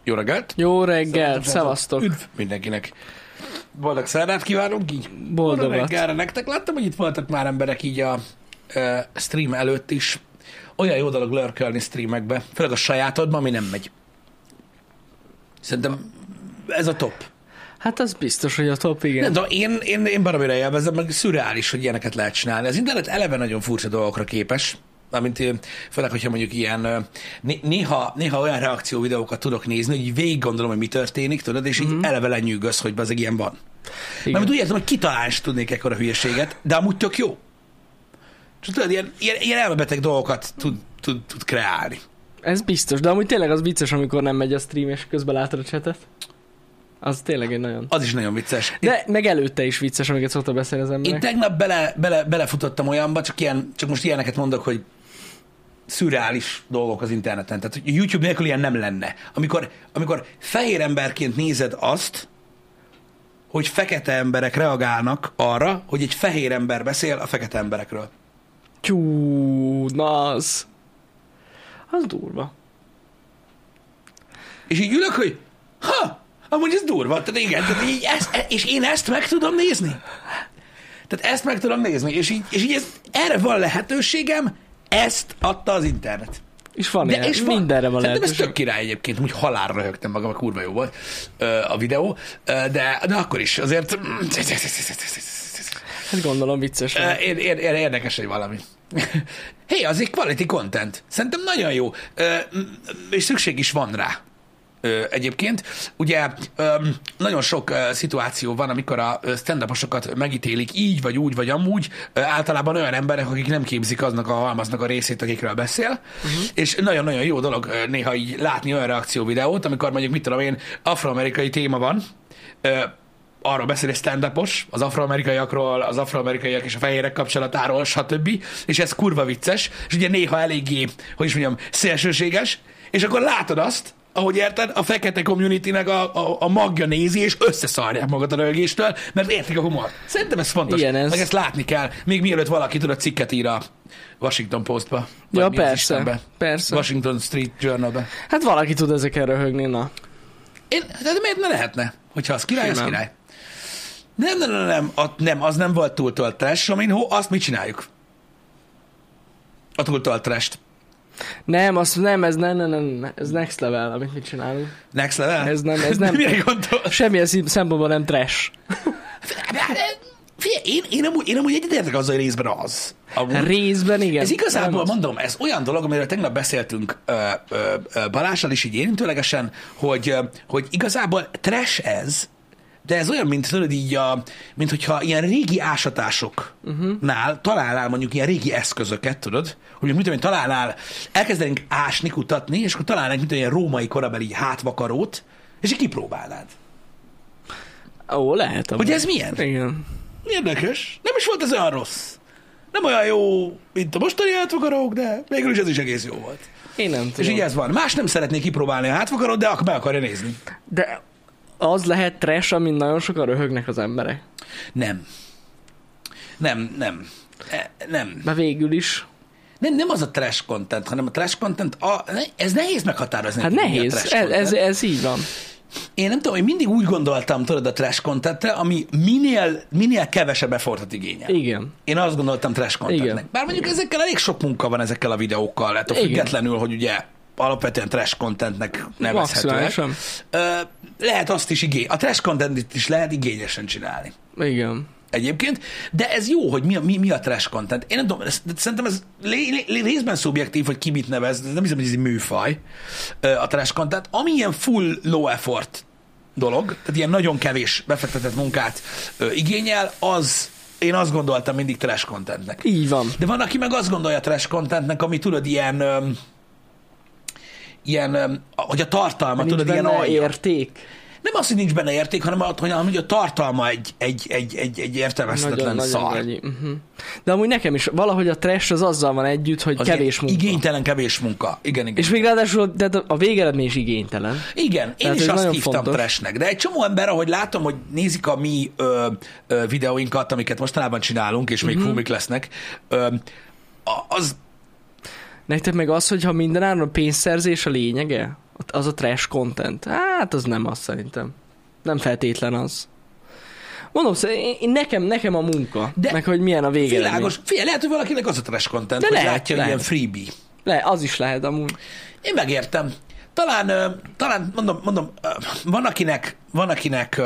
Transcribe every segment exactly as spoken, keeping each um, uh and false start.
Jó reggelt! Jó reggelt, szevasztok! Üdv mindenkinek! Boldog szerdát kívánunk így! Boldogat! Boldog reggelre nektek! Láttam, hogy itt voltak már emberek így a uh, stream előtt is. Olyan jó dolog lurkölni streamekbe, főleg a sajátodban, ami nem megy. Szerintem ez a top. Hát az biztos, hogy a top, igen. Nem tudom, én, én, én baromira élvezem, meg szürreális, hogy ilyeneket lehet csinálni. Az internet eleve nagyon furcsa dolgokra képes, amint főleg, hogyha mondjuk ilyen néha, néha olyan reakció videókat tudok nézni, hogy így végig gondolom, hogy mi történik, tudod, és így mm-hmm. eleve lenyűgöz, hogy az ilyen van. Mert úgy értem, hogy kitalálni is tudnék ekkora hülyeséget, de amúgy tök jó. Csak tudod, ilyen, ilyen, ilyen elmebeteg dolgokat tud, tud, tud kreálni. Ez biztos, de amúgy tényleg az vicces, amikor nem megy a stream, és közben látod a chatet. Az tényleg egy nagyon... Az is nagyon vicces. De én... meg előtte is vicces, amiket szokta beszélni az emberek. Én tegnap bele, bele, belefutottam olyanba, csak, ilyen, csak most ilyeneket mondok, hogy szürreális dolgok az interneten. Tehát YouTube nélkül ilyen nem lenne. Amikor, amikor fehér emberként nézed azt, hogy fekete emberek reagálnak arra, hogy egy fehér ember beszél a fekete emberekről. Tyú, na az... Az durva. És így ülök, hogy ha, amúgy ez durva. Tehát igen, tehát így ezt, és én ezt meg tudom nézni. Tehát ezt meg tudom nézni. És így, és így ez, erre van lehetőségem, ezt adta az internet. És van de, ilyen, és van, mindenre van lehetőség. Ez tök király egyébként, úgy halálra röhögtem magam, a kurva jó volt a videó, de, de akkor is azért... Hát gondolom vicces. Ér, ér, ér, érdekes, hogy valami. Hey, az egy quality content. Szerintem nagyon jó. És szükség is van rá. Egyébként. Ugye nagyon sok szituáció van, amikor a stand-uposokat megítélik így, vagy úgy, vagy amúgy. Általában olyan emberek, akik nem képzik aznak a halmaznak a részét, akikről beszél. Uh-huh. És nagyon-nagyon jó dolog néha így látni olyan reakció videót, amikor mondjuk, mit tudom én, afroamerikai téma van, arról beszél egy stand-upos, az afroamerikaiakról, az afroamerikaiak és a fehérek kapcsolatáról, stb. És ez kurva vicces, és ugye néha eléggé, hogy is mondjam, szélsőséges, és akkor látod azt, ahogy érted, a fekete community-nek a, a, a magja nézi, és összeszarják magad a rögéstől, mert értik a humor. Szerintem ez fontos, igen, ez... meg ezt látni kell, még mielőtt valaki tud a cikket ír a Washington Postba. Ja, persze, persze. Washington Street Journalbe. Hát valaki tud ezeken röhögni, na. Én, de miért ne lehetne? Hogyha az király, az király. Nem, nem, nem, nem, a, nem, az nem volt túltolt trash, amin, hó, azt mit csináljuk? A túltolt trash-t. Nem, azt nem, ez nem, nem, nem, ez next level, amit mit csinálunk. Next level? Ez nem, ez nem. Mire gondolsz? Semmilyen szempontból nem trash. Figyelj, én, én, amúgy, én amúgy egyetértek azzal, hogy részben az. Amúgy. Részben, igen. Ez igazából, mondom, ez olyan dolog, amiről tegnap beszéltünk ö, ö, ö, Balással is így érintőlegesen, hogy, ö, hogy igazából trash ez, de ez olyan, mint tudod így, a, mint hogyha ilyen régi ásatásoknál uh-huh. találnál mondjuk ilyen régi eszközöket, tudod, hogy mit tudom, találnál, elkezdenénk ásni, kutatni, és akkor találnánk, mint olyan római korabeli hátvakarót, és így kipróbálnád. Ó, lehet. Hogy ez milyen? Igen. Érdekes. Nem is volt ez olyan rossz. Nem olyan jó, mint a mostani hátvakarók, de végül is ez is egész jó volt. Én nem tudom. És így ez van. Más nem szeretné kipróbálni a hátvakarót, de akkor meg akarja nézni. De az lehet trash, amin nagyon sokan röhögnek az emberek. Nem. Nem, nem. E, nem. De végül is. Nem, nem az a trash content, hanem a trash content, a, ez nehéz meghatározni. Hát nehéz, ez, ez, ez így van. Én nem tudom, én mindig úgy gondoltam, tudod, a trash contentre, ami minél, minél kevesebb effortot igényel. Igen. Én azt gondoltam trash contentnek. Igen. Bár mondjuk ezekkel elég sok munka van ezekkel a videókkal, lehet, függetlenül, hogy ugye alapvetően trash contentnek nevezhetőek. Lehet azt is igény, a trash contentet is lehet igényesen csinálni. Igen. Egyébként, de ez jó, hogy mi a, mi, mi a trash content. Én nem tudom, ez, szerintem ez lé, lé, részben szubjektív, hogy ki mit nevez, de nem hiszem, hogy ez egy műfaj, a trash content. Ami ilyen full low effort dolog, tehát ilyen nagyon kevés befektetett munkát ö, igényel, az én azt gondoltam mindig trash contentnek. Így van. De van, aki meg azt gondolja trash contentnek, ami tudod, ilyen, ö, ilyen, ö, hogy a tartalma, nincs tudod, ilyen alja. Érték. Nem az, hogy nincs benne érték, hanem hogy a tartalma egy, egy, egy, egy, egy értelmezhetetlen nagyon, szar. Nagyon uh-huh. De amúgy nekem is valahogy a trash az azzal van együtt, hogy az kevés munka. Igénytelen kevés munka. Igen, igen. És még ráadásul de a végeredmény is igénytelen. Igen, én Tehát is azt hívtam fontos. Trashnek. De egy csomó ember, ahogy látom, hogy nézik a mi ö, ö, videóinkat, amiket mostanában csinálunk, és még uh-huh. fúmik lesznek, ö, az... Nektek meg az, hogyha mindenáron a pénzszerzés a lényege? Az a trash content. Hát az nem az szerintem. Nem feltétlen az. Mondom, én, én nekem, nekem a munka, de meg hogy milyen a végeredmény. Világos. Figyelj, lehet, hogy valakinek az a trash content, de hogy lehet, látja lehet. ilyen freebie. Le, az is lehet amúgy. Én megértem. Talán, talán mondom, mondom van akinek, van akinek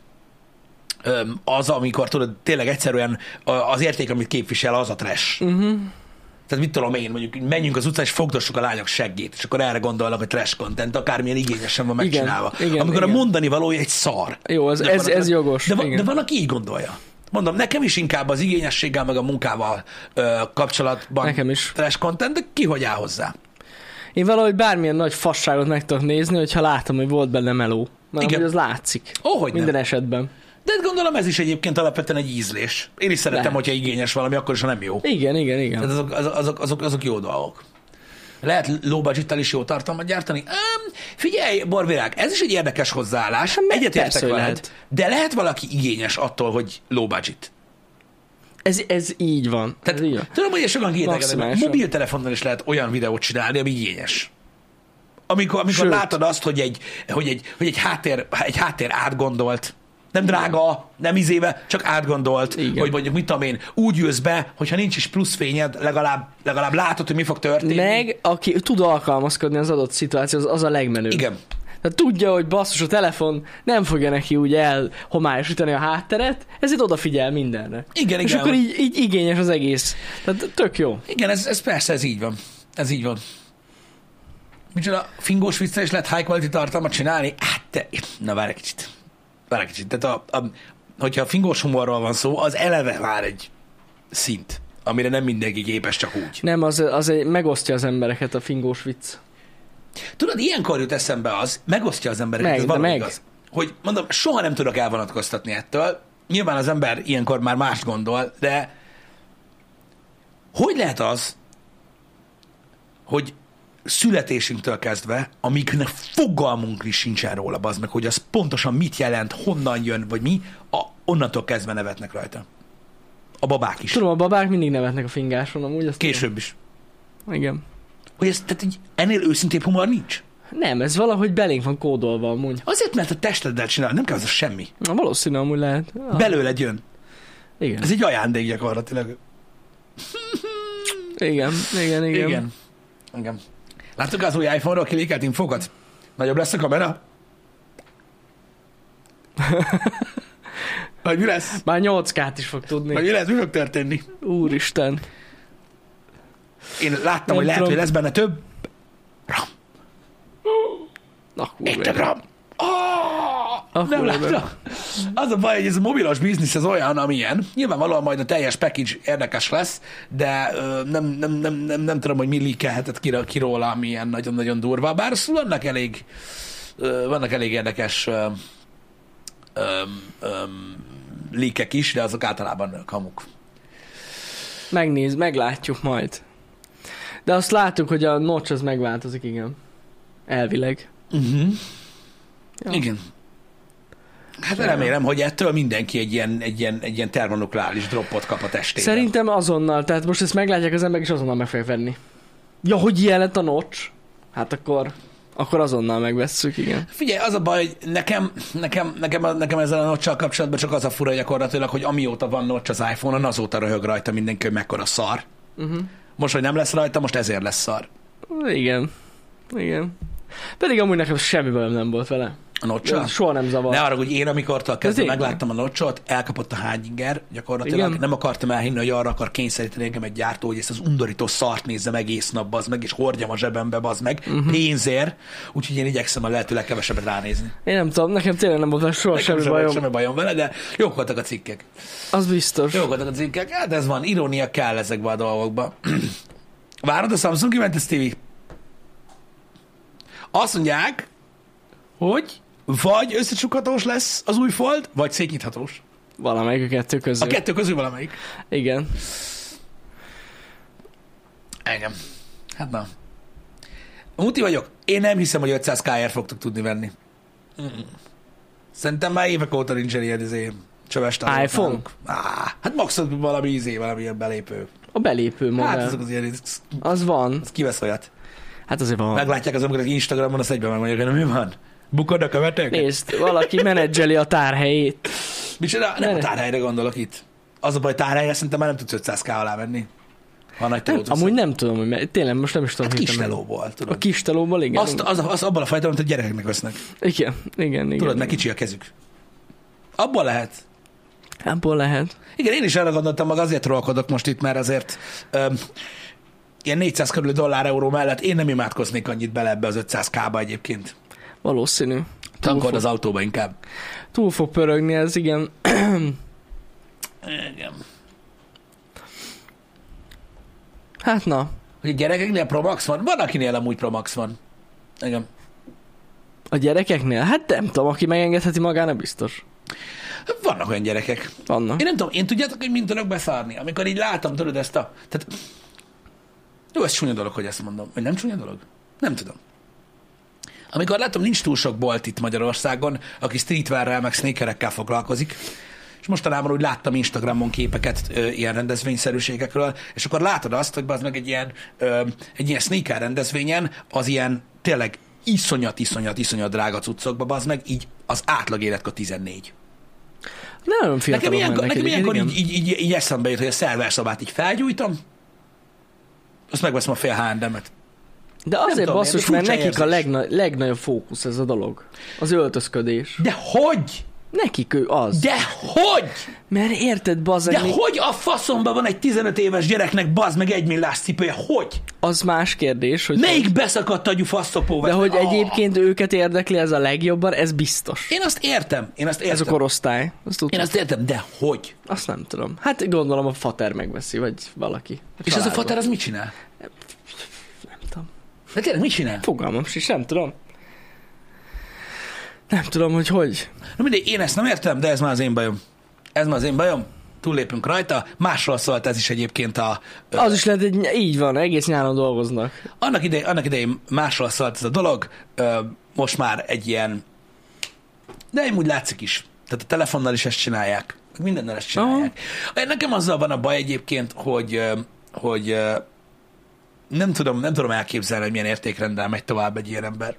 az, amikor tudod, tényleg egyszerűen az érték, amit képvisel, az a trash. Uh-huh. Tehát mit tudom én, mondjuk menjünk az utcán, és fogdossuk a lányok seggét, és akkor erre gondolnak, hogy trash content, akármilyen igényesen van megcsinálva. Igen, igen, amikor igen. A mondani valója egy szar. Jó, ez, ez, ez jogos. De, de van, aki így gondolja. Mondom, nekem is inkább az igényességgel, meg a munkával ö, kapcsolatban nekem is. Trash content, de ki hogy áll hozzá? Én valahogy bármilyen nagy fasságot meg tudok nézni, hogyha látom, hogy volt benne meló. Mert hogy az látszik. Ó, hogy minden nem. esetben. De gondolom ez is egyébként alapvetően egy ízlés. Én is szeretem, lehet. Hogyha igényes valami, akkor is, ha nem jó. Igen, igen, igen. Tehát azok, azok, azok, azok, azok jó dolgok. Lehet low budgettal is jó tartalmat gyártani? Um, figyelj, Borvirág, ez is egy érdekes hozzáállás. Egyetértek veled. Lehet. De lehet valaki igényes attól, hogy low budget. Ez, ez így van. Tehát, ez így van. Tudom, hogy sokan kételkednek, mobiltelefonnal is lehet olyan videót csinálni, ami igényes. Amikor, amikor látod azt, hogy egy, hogy egy, hogy egy, háttér, egy háttér átgondolt, nem drága, nem izébe, csak átgondolt, igen. Hogy mondjuk, mit tudom én, úgy jössz be, hogyha nincs is plusz fényed, legalább, legalább látod, hogy mi fog történni. Meg, aki tud alkalmazkodni az adott szituációhoz, az a legmenőbb. Igen. Tehát tudja, hogy basszus, a telefon nem fogja neki úgy elhomályosítani a hátteret, ezért odafigyel mindenre. Igen, és igen. akkor így, így igényes az egész. Tehát tök jó. Igen, ez, ez persze, ez így van. Ez így van. Micsoda, fingós viccel is lehet high quality tartalmat csinálni? Hát te, na várj egy kicsit. Várj egy kicsit. Tehát a, a, hogyha a fingós humorról van szó, az eleve már egy szint, amire nem mindenki képes csak úgy. Nem, az, az egy, megosztja az embereket a fingós vicc. Tudod, ilyenkor jut eszembe az, megosztja az embereket, meg, ez meg. igaz. Hogy mondom, soha nem tudok elvonatkoztatni ettől. Nyilván az ember ilyenkor már mást gondol, de hogy lehet az, hogy születésünktől kezdve, amiknek fogalmunk is sincsen róla, bazd meg, hogy az pontosan mit jelent, honnan jön, vagy mi, a, onnantól kezdve nevetnek rajta. A babák is. Tudom, a babák mindig nevetnek a fingáson, amúgy. Azt Később tudom. is. Igen. Hogy ez, tehát így, ennél őszintébb humor nincs? Nem, ez valahogy belénk van kódolva amúgy. Azért, mert a testeddel csinálod, nem kell az semmi. Na, valószínű amúgy lehet. Ah. Belőled jön. Igen. Ez egy ajándék gyakorlatilag. Igen, igen, igen. Igen. Igen. Láttuk az új iPhone-ról kilékelt infokat? Nagyobb lesz a kamera? Vagy mi lesz? Már nyolc kát is fog tudni. Vagy mi lesz? Mi fog történni? Úristen. Én láttam, nem hogy lehet, hogy lesz benne több RAM. Egy több RAM. Oh, nem láttam. Az a baj, hogy ez a mobilos biznisz ez olyan, amilyen. Nyilvánvalóan majd a teljes package érdekes lesz, de ö, nem, nem, nem, nem, nem tudom, hogy mi leakelhetett ki, ki róla, amilyen nagyon-nagyon durva. Bár vannak elég, ö, vannak elég érdekes ö, ö, ö, leakek is, de azok általában kamuk. Megnéz, meglátjuk majd. De azt látjuk, hogy a notch az megváltozik, igen. Elvileg. Uh-huh. Ja. Igen. Hát remélem, hogy ettől mindenki egy ilyen, egy ilyen, egy ilyen termonukleáris droppot kap a testében. Szerintem azonnal, tehát most ezt meglátják az emberek, és azonnal meg fogják venni. Ja, hogy ilyen lett a notch? Hát akkor, akkor azonnal megvesszük, igen. Figyelj, az a baj, hogy nekem, nekem, nekem, nekem ezzel a notch-sal kapcsolatban csak az a fura gyakorlatilag, hogy amióta van notch az iPhone-on, azóta röhög rajta mindenki, hogy mekkora szar. Uh-huh. Most, hogy nem lesz rajta, most ezért lesz szar. Igen. Igen. Pedig amúgy nekem semmi bajom nem volt vele. A notch-sal? Soha nem zavar. Ne arra, hogy én amikortól kezdve megláttam a notch-ot, elkapott a hányinger, gyakorlatilag igen. Nem akartam elhinni, hogy arra akar kényszeríteni engem egy gyártó, hogy ezt az undorító szart nézzem egész nap, bazd meg, és hordjam a zsebembe, bazd meg, uh-huh. pénzért, úgyhogy én igyekszem a lehető legkevesebbet ránézni. Én nem tudom, nekem tényleg nem volt soha nekem semmi bajom. Semmi bajom vele, de jók voltak a cikkek. Az biztos. Jók voltak a cikkek, hát ez van, irónia kell ezekbe a dolgokba. Várod a Samsung Event té vé? Azt mondják, hogy vagy összecsukhatós lesz az új Fold, vagy szétnyithatós. Valamelyik a kettő közül. A kettő közül valamelyik. Igen. Engem. Hát na. Muti vagyok. Én nem hiszem, hogy ötszáz ká-ért fogtok tudni venni. Mm-mm. Szerintem már évek óta nincsen ilyen izé, csöves tárolók. iPhone? Ah, hát maximum valami izé, valami ilyen belépő. A belépő modell. Hát azok az ilyen, az van. az kivesz olyat. Hát azért van. Meglátják az emberek Instagramon, azt egyben megmondják, hogy mi van? Bukod a követőket? Nézd, valaki menedzseli a tárhelyét. Micsoda? Nem Mene... a tárhelyre gondolok itt. Az a baj, tárhelyre szerintem már nem tudsz ötszáz ká alá menni. Ha nagy nem, amúgy nem tudom, hogy me- tényleg most nem is tudom. Hát kistelóból, tudod. A kistelóból, igen. Azt, az, az, az abban a fajta, amit a gyerekeknek vesznek. Igen, igen, igen. Tudod, meg kicsi a kezük. Abból lehet. Abból lehet. Igen, én is arra gondoltam, meg azért trollkodok most itt, mert azért öm, ilyen négyszáz körül dollár euró mellett én nem imádkoznék annyit bele ebbe az ötszáz ká-ba egyébként. Valószínű. Tankod az autóba inkább. Túl fog pörögni ez, igen. Igen. Hát na. Hogy a gyerekeknél Pro Max van? Van, akinél amúgy Pro Max van. Igen. A gyerekeknél? Hát nem tudom, aki megengedheti magának biztos. Vannak olyan gyerekek. Vannak. Én nem tudom, én tudjátok, hogy mind tudok beszárni? Amikor így látom, tudod ezt a... Tehát... Jó, ez csúnya dolog, hogy ezt mondom. Vagy nem csúnya dolog? Nem tudom. Amikor látom, nincs túl sok bolt itt Magyarországon, aki streetwearrel meg sneakerekkel foglalkozik, és mostanában úgy láttam Instagramon képeket ö, ilyen rendezvényszerűségekről, és akkor látod azt, hogy az meg egy ilyen, ö, egy ilyen sneaker rendezvényen az ilyen tényleg iszonyat, iszonyat, iszonyat drága cuccokba, az meg így az átlag életkor tizennégy. Nem fiatalok nekem ilyenkor, mennek. nekem ilyenkor így, így, így, így eszembe jut, hogy a szerverszobát így felgyújtom, azt megveszem a fél há és em-et. De azért tudom, basszus, mert nekik a legna- legnagyobb fókusz ez a dolog. Az öltözködés. De hogy? Nekik ő az. De hogy? Mert érted, bazd De még... hogy a faszomban van egy tizenöt éves gyereknek bazd meg egy millás cipője? Hogy? Az más kérdés, hogy... Melyik beszakadt agyú faszopó? De hogy oh. egyébként őket érdekli ez a legjobban, ez biztos. Én azt értem. Én azt értem. Ez a korosztály. Azt Én azt értem, de hogy? Azt nem tudom. Hát gondolom a fater megveszi, vagy valaki. És ez a fater az mit csinál? Nem tudom. De tényleg mit csinál? Fogalmam is, nem tudom. Nem tudom, hogy hogy. Na mindegy, én ezt nem értem, de ez már az én bajom. Ez már az én bajom. Túllépünk rajta. Másról szólt ez is egyébként a... Az ö, is lehet, hogy így van, egész nyáron dolgoznak. Annak idején, annak idején másról szólt ez a dolog. Ö, most már egy ilyen... De én úgy látszik is. Tehát a telefonnal is ezt csinálják. Mindennel ezt csinálják. Uh-huh. Nekem azzal van a baj egyébként, hogy, hogy nem tudom, nem tudom elképzelni, hogy milyen értékrenddel megy tovább egy ilyen ember.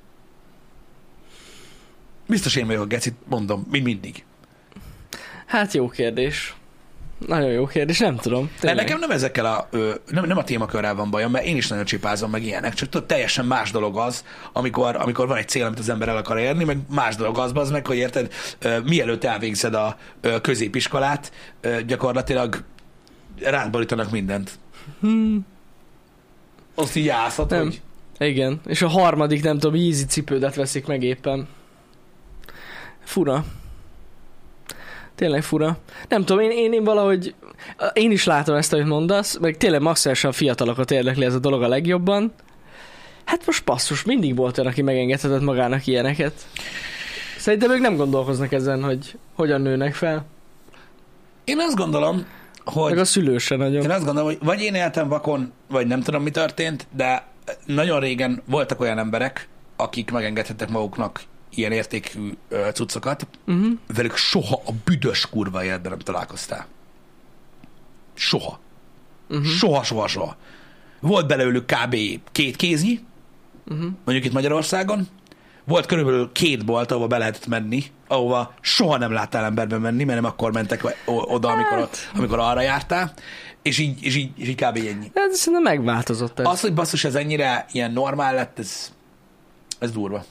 Biztos én vagyok a gecit, mondom, mint mindig. Hát jó kérdés. Nagyon jó kérdés, nem tudom. Mert nekem nem ezekkel a, ö, nem, nem a témakörrel van bajom, mert én is nagyon csipázom meg ilyenek, csak tudod, teljesen más dolog az, amikor, amikor van egy cél, amit az ember el akar érni, meg más dolog az, az meg, hogy érted, ö, mielőtt elvégzed a ö, középiskolát, ö, gyakorlatilag rád borítanak mindent. Hmm. Azt így állszat, nem. hogy... Igen, és a harmadik, nem tudom, Yeezy cipődet veszik meg éppen. Fura. Tényleg fura. Nem tudom, én, én, én valahogy, én is látom ezt, amit mondasz, meg tényleg maximálisan a fiatalokat érdekli ez a dolog a legjobban. Hát most passzus, mindig volt olyan, aki megengedhetett magának ilyeneket. Szerintem ők nem gondolkoznak ezen, hogy hogyan nőnek fel. Én azt gondolom, hogy... Meg a szülő se nagyon. Én azt gondolom, hogy vagy én éltem vakon, vagy nem tudom, mi történt, de nagyon régen voltak olyan emberek, akik megengedhettek maguknak ilyen értékű ö, cuccokat, uh-huh. velük soha a büdös kurva életben nem találkoztál. Soha. Uh-huh. Soha, soha, soha. Volt belőlük kb. Két kéznyi, uh-huh. mondjuk itt Magyarországon, volt körülbelül két bolt, ahova be lehetett menni, ahova soha nem láttál emberben menni, mert nem akkor mentek oda, amikor, hát. amikor arra jártál, és így, és így, és így kb. Ennyi. Ez szerintem megváltozott ez. Az, hogy basszus, ez ennyire ilyen normál lett, ez, ez durva.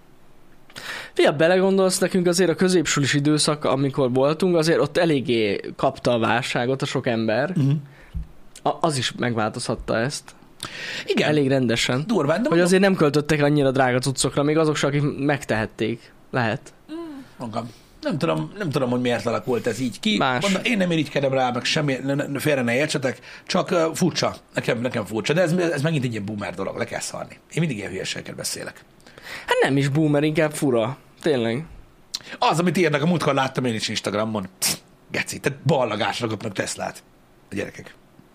Fia, belegondolsz, nekünk azért a középsulis időszak, amikor voltunk, azért ott eléggé kapta a válságot a sok ember. Uh-huh. A, az is megváltozhatta ezt. Igen. Elég rendesen. Durván, de hogy mondom... azért nem költöttek annyira drága cuccokra, még azok sem, akik megtehették. Lehet. Magam. Nem tudom, nem tudom, hogy miért alakult ez így ki. Mondom, én nem irigykedem rá, meg semmi, félre ne értsetek, csak uh, furcsa. Nekem, nekem furcsa, de ez, ez megint egy ilyen boomer dolog, le kell szarni. Én mindig ilyen hülyeségeket beszélek. Hát nem is boomer, inkább fura. Tényleg. Az, amit írnak, a múltkor láttam én is Instagramon. Psz, geci, tehát ballagásra kapnak Teslát a gyerekek.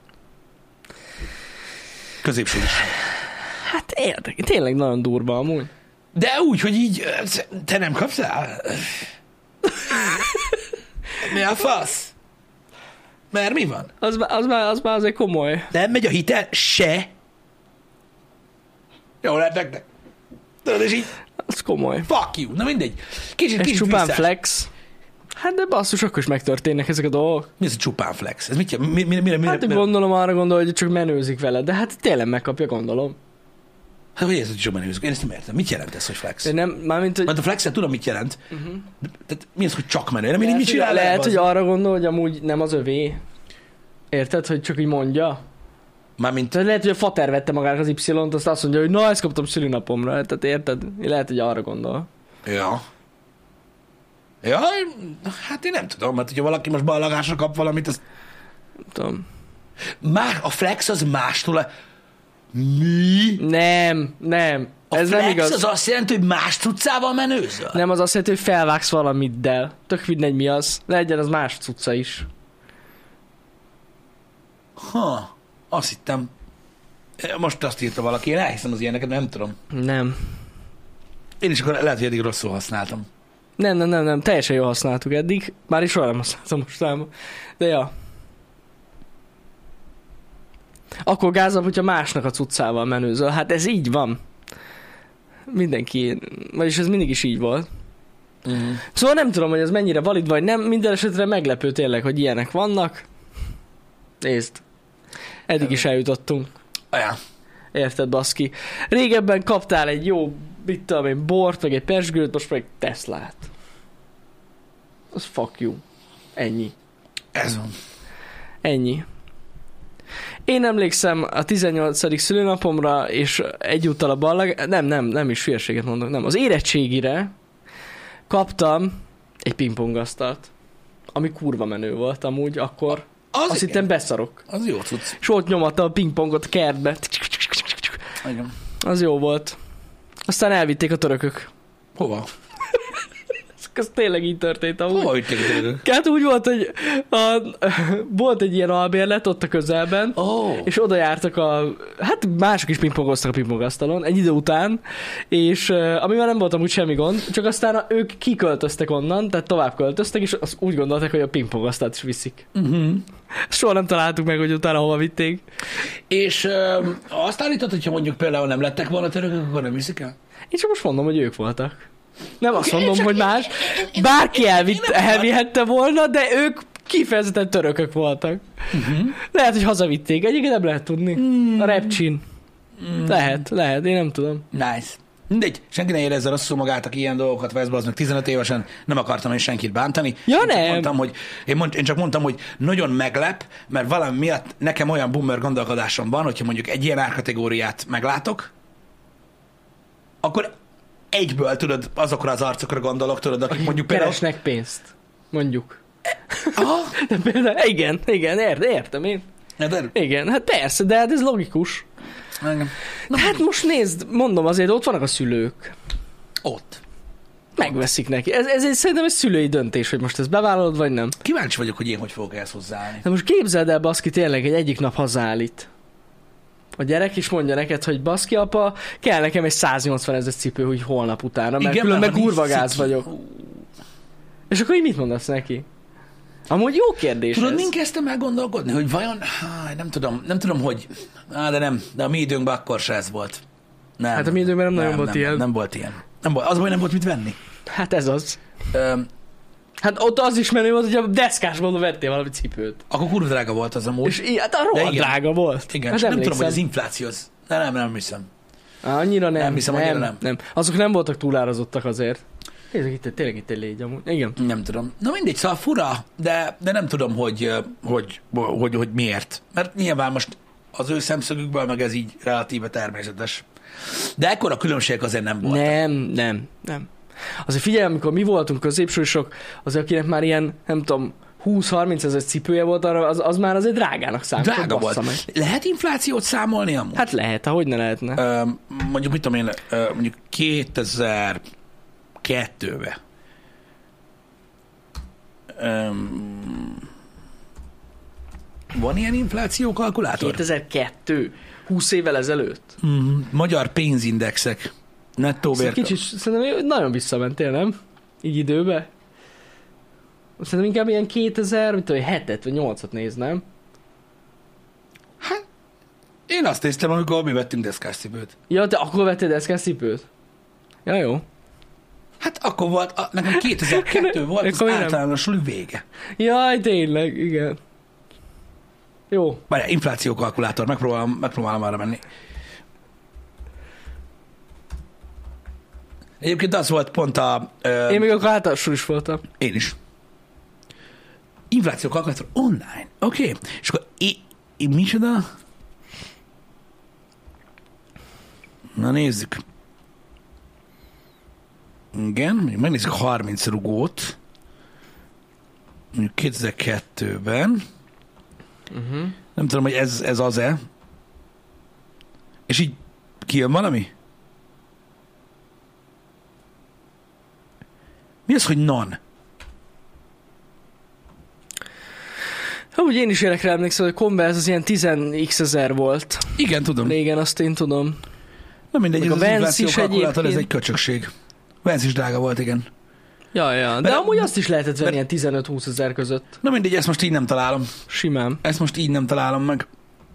Középsúlyos. Hát érdek, tényleg nagyon durva amúgy. De úgy, hogy így, te nem kapsz el? Mi a fasz? Mert mi van? Az, az, már, az már azért komoly. Nem megy a hitel? Se. Jó lehet nektek. Tudod, és így, Az komoly. fuck you. Na mindegy. Kicsit, Ez kicsit csupán visszás. flex. Hát de basszus, akkor is megtörténnek ezek a dolgok. Mi ez a csupán flex? Ez mit jelent? Mi, mi, mi, mi, Hát mi, mi, gondolom arra gondol, hogy csak menőzik vele, de hát tényleg megkapja, gondolom. Hát hogy ez, hogy csak menőzök? Én ezt nem értem. Mit jelent ez, hogy flex? De nem, mármint, hogy... Mert a flexet tudom, mit jelent. Uh-huh. De, tehát mi az, hogy csak menő? Nem, mit Lehet, csinál? hogy, lehet, az? hogy arra gondol, hogy amúgy nem az övé. Érted, hogy csak így mondja? Mármint, Tehát lehet, hogy a fater vette magának az Y-t, azt azt mondja, hogy na, ezt kaptam szülinapomra. Tehát érted? Lehet, hogy arra gondol. ja. Ja, hát én nem tudom, mert hogyha valaki most ballagásra kap valamit, az... Nem tudom. Már a flex az mástól... A... Mi? Nem, nem. A Ez flex nem igaz. az azt jelenti, hogy más cuccával menőzöl? Nem, az azt jelenti, hogy felvágsz valamiddel. Tök mindegy mi az. Legyen az más cucca is. Ha, azt hittem. Most azt írta valaki, én elhiszem az ilyeneket, nem tudom. Nem. Én is akkor lehet, hogy eddig rosszul használtam. Nem, nem, nem, nem. Teljesen jól használtuk eddig. Már is soha nem használtam mostában. De ja. Akkor gázabb, hogyha másnak a cuccával menőzöl. Hát ez így van. Mindenki, vagyis ez mindig is így volt. Uh-huh. Szóval nem tudom, hogy ez mennyire valid vagy nem. Minden esetre meglepő tényleg, hogy ilyenek vannak. Nézd. Eddig is eljutottunk. Ajá. Érted, baszki? Régebben kaptál egy jó, mit tudom én, bort, meg egy persgőt, most meg Teslát. Az fuck you. Ennyi. Ez van. Ennyi. Én emlékszem a tizennyolcadik szülőnapomra, és egyúttal a ballag... Nem, nem, nem is hülyeséget mondok, nem. Az érettségire kaptam egy pingpongasztalt, ami kurva menő volt amúgy, akkor Az azt igen. hittem beszarok. Az jó cucc. És ott nyomatta a pingpongot kertbe. Igen. Az jó volt. Aztán elvitték a törökök. Hova? Ez tényleg így történt amúgy. Hova vitték a törökök? Hát úgy volt, hogy a, volt egy ilyen albérlet ott a közelben, Oh. és oda jártak a... Hát mások is pingpongoztak a pingpongasztalon egy idő után, és uh, ami már nem volt amúgy semmi gond, csak aztán a, ők kiköltöztek onnan, tehát tovább költöztek, és azt úgy gondolták, hogy a pingpongasztalt is viszik. Uh-huh. Soha nem találtuk meg, hogy utána hova vitték. És ö, azt állítod, hogyha mondjuk például nem lettek volna törökök, akkor nem viszik el? Én csak most mondom, hogy ők voltak. Nem azt Oké, mondom, csak hogy én- más. én- én- Bárki én- elvitt, én nem- elvihette volna, de ők kifejezetten törökök voltak. Uh-huh. Lehet, hogy hazavitték. Egyébként nem lehet tudni. Mm. A repcsin. Mm. Lehet, lehet, én nem tudom. Nice. Mindegy, senki ne érezze rosszul magát, aki ilyen dolgokat vesz be, az meg tizenöt évesen nem akartam én senkit bántani. Ja, én csak nem. Mondtam, hogy, én, mond, én csak mondtam, hogy nagyon meglep, mert valami miatt nekem olyan boomer gondolkodásom van, hogyha mondjuk egy ilyen árkategóriát meglátok, akkor egyből tudod, azokra az arcokra gondolok, tudod, akik mondjuk például... Keresnek pénzt. Mondjuk. Aha, De például, igen, igen, értem, értem én. de, Igen, hát persze, de hát ez logikus. engem. Na, hát most nézd, mondom azért, ott vannak a szülők. Ott. Megveszik neki. Ez, ez egy, szerintem egy szülői döntés, hogy most ezt bevállalod, vagy nem. Kíváncsi vagyok, hogy én hogy fogok ehhez hozzáállni. De most képzeld el, baszki, tényleg egy egyik nap hazaállít. A gyerek is mondja neked, hogy baszki apa, kell nekem egy száznyolcvan ezer cipő, hogy holnap utána, mert Igen, különben mert ha kurva nincs gáz ciki. vagyok. És akkor így mit mondasz neki? Amúgy jó kérdés Tudod, ez. mind kezdtem el gondolkodni, hogy vajon, há, nem tudom, nem tudom, hogy, á, de nem, de a mi időnkben akkor se ez volt. Nem, Hát a mi időnkben nem nagyon volt nem, ilyen. Nem, nem volt ilyen. Nem volt, az, hogy nem volt mit venni. Hát ez az. Öm, Hát ott az is menő volt, hogy a deszkásból vettél valami cipőt. akkor kurva drága volt az amúgy. És így, hát a De rohadt igen. drága volt. Igen, hát csak nem tudom, hogy az emlékszem. infláció az... De nem, nem hiszem. Á, annyira nem. Nem hiszem, annyira nem. nem. Azok nem voltak túlárazottak azért. Tényleg itt, tényleg itt egy légy amúgy. Igen. Nem tudom. Na mindegy, szóval fura, de, de nem tudom, hogy, ö, hogy, hogy, hogy, hogy miért. Mert nyilván most az ő szemszögükből meg ez így relatíve természetes. De ekkora különbség azért nem volt. Nem, nem, nem. Azért figyelj, amikor mi voltunk középsősök, az akinek már ilyen, nem tudom, húsz-harminc ezer cipője volt, arra az, az már azért drágának számított. Drága bassza volt. meg. Lehet inflációt számolni amúgy? Hát lehet, ahogy ne lehetne. Ö, mondjuk, mit tudom én, ö, mondjuk kétezer-kettőbe. Öm, van ilyen inflációkalkulátor? kétezer-kettő. húsz évvel ezelőtt. Mm, magyar pénzindexek. Nettó Szóval bérta. kicsit, szerintem nagyon visszamentél, nem? Így időbe? Szerintem inkább ilyen kétezer, mit tudom, hetet vagy nyolcat nézném. Hát, Én azt néztem, amikor mi vettünk deszkászcipőt. Ja, te akkor vettél deszkászcipőt? Ja, jó. Hát akkor volt, a, nekem kétezer-kettő volt az általános suli vége. Jaj, tényleg, igen. Jó. Várjál, inflációkalkulátor, megpróbálom, megpróbálom arra menni. Egyébként az volt pont a... Ö, én még akkor általános is voltam. Én is. Inflációkalkulátor online. Oké. Okay. És akkor én, én micsoda? Na nézzük. Igen, megnézzük harminc rugót. Mondjuk kétezer-kettőben. Uh-huh. Nem tudom, hogy ez, ez az-e. És így kijön valami? Mi az, hogy non? Úgy én is élek rá, emlékszem, hogy a Converse az ilyen tíz x ezer volt. Igen, tudom. Régen, azt én tudom. Na mindegy, meg ez az inflációkalkulátor, ez egy köcsökség. Vance is drága volt, igen. Ja, ja, de, de amúgy azt is lehetett venni ilyen tizenöt-húsz ezer között. Na mindegy, ezt most így nem találom. Simán. Ezt most így nem találom meg.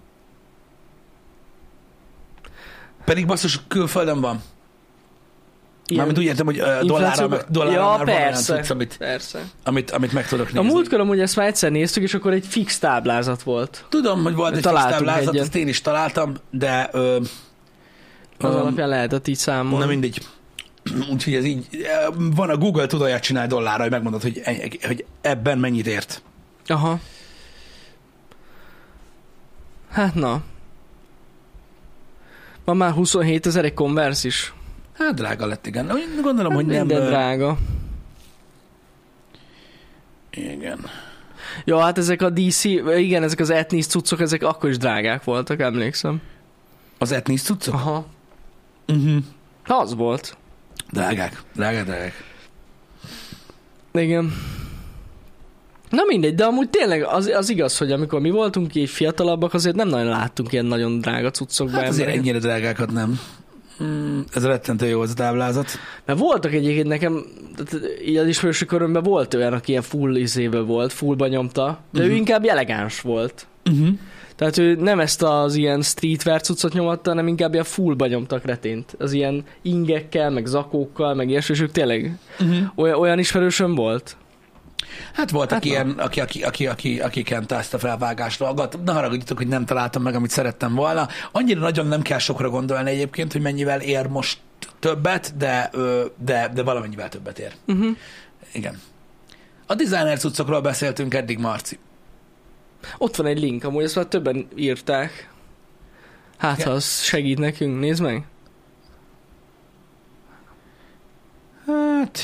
Pedig basszus, külföldön van. Mármint úgy értem, hogy uh, dollárra, meg, dollárra ja, már persze, van olyan cucc, amit, persze. Amit, amit meg tudok nézni. A múltkor amúgy ezt már egyszer néztük, és akkor egy fix táblázat volt. Tudom, hogy volt egy fix táblázat, egyet. Ezt én is találtam, de... Ö, az ö, alapján lehetett így számolni. Na mindegy. Úgyhogy ez így... Van a Google, tud olyat csinálni dollárra, hogy megmondod, hogy, hogy ebben mennyit ért. Aha. Hát na. Van már huszonhétezer egy Converse is. Hát drága lett, igen. Gondolom, hát hogy nem... Minden drága. Igen. Jó, hát ezek a dé cé, igen, ezek az Etnis cuccok, ezek akkor is drágák voltak, emlékszem. Az Etnis cuccok? Aha. Uh-huh. Az volt. Drágák, drágák, drágák. Igen. Na mindegy, de amúgy tényleg az, az igaz, hogy amikor mi voltunk így fiatalabbak, azért nem nagyon láttunk ilyen nagyon drága cuccokba. Hát azért ennyire drágákat nem. Mm, ez rettentő jó az a táblázat. Mert voltak egyébként nekem, így az ismerősi körömben volt olyan, aki ilyen full izébe volt, fullba nyomta, de uh-huh. ő inkább elegáns volt. Uh-huh. Tehát ő nem ezt az ilyen streetwear cuccot nyomatta, hanem inkább ilyen fullba nyomtak retént. Az ilyen ingekkel, meg zakókkal, meg ilyesmi, és ők tényleg uh-huh. olyan, olyan ismerősöm volt. Hát volt, hát aki, ilyen, aki, aki, aki, aki, aki kent ezt a felvágást dolgot. Ne haragudjatok, hogy nem találtam meg, amit szerettem volna. Annyira nagyon nem kell sokra gondolni egyébként, hogy mennyivel ér most többet, de, de, de valamennyivel többet ér. Uh-huh. Igen. A designer cuccokról beszéltünk eddig, Marci. Ott van egy link, amúgy ezt már többen írták. Hát, ha az segít nekünk, nézd meg. Hát...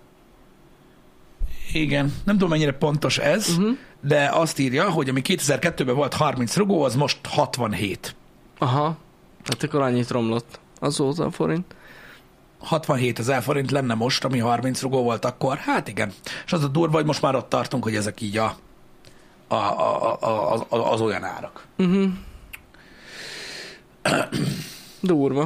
Igen, nem tudom, mennyire pontos ez, uh-huh. de azt írja, hogy ami kétezer-kettőben volt harminc rugó, az most hatvanhét. Aha, hát akkor annyit romlott. Azóta a forint. hatvanhét ezer forint lenne most, ami harminc rugó volt akkor. Hát igen. És az a durva, hogy most már ott tartunk, hogy ezek így a, a, a, a, a, az olyan árak. Uh-huh. Durva.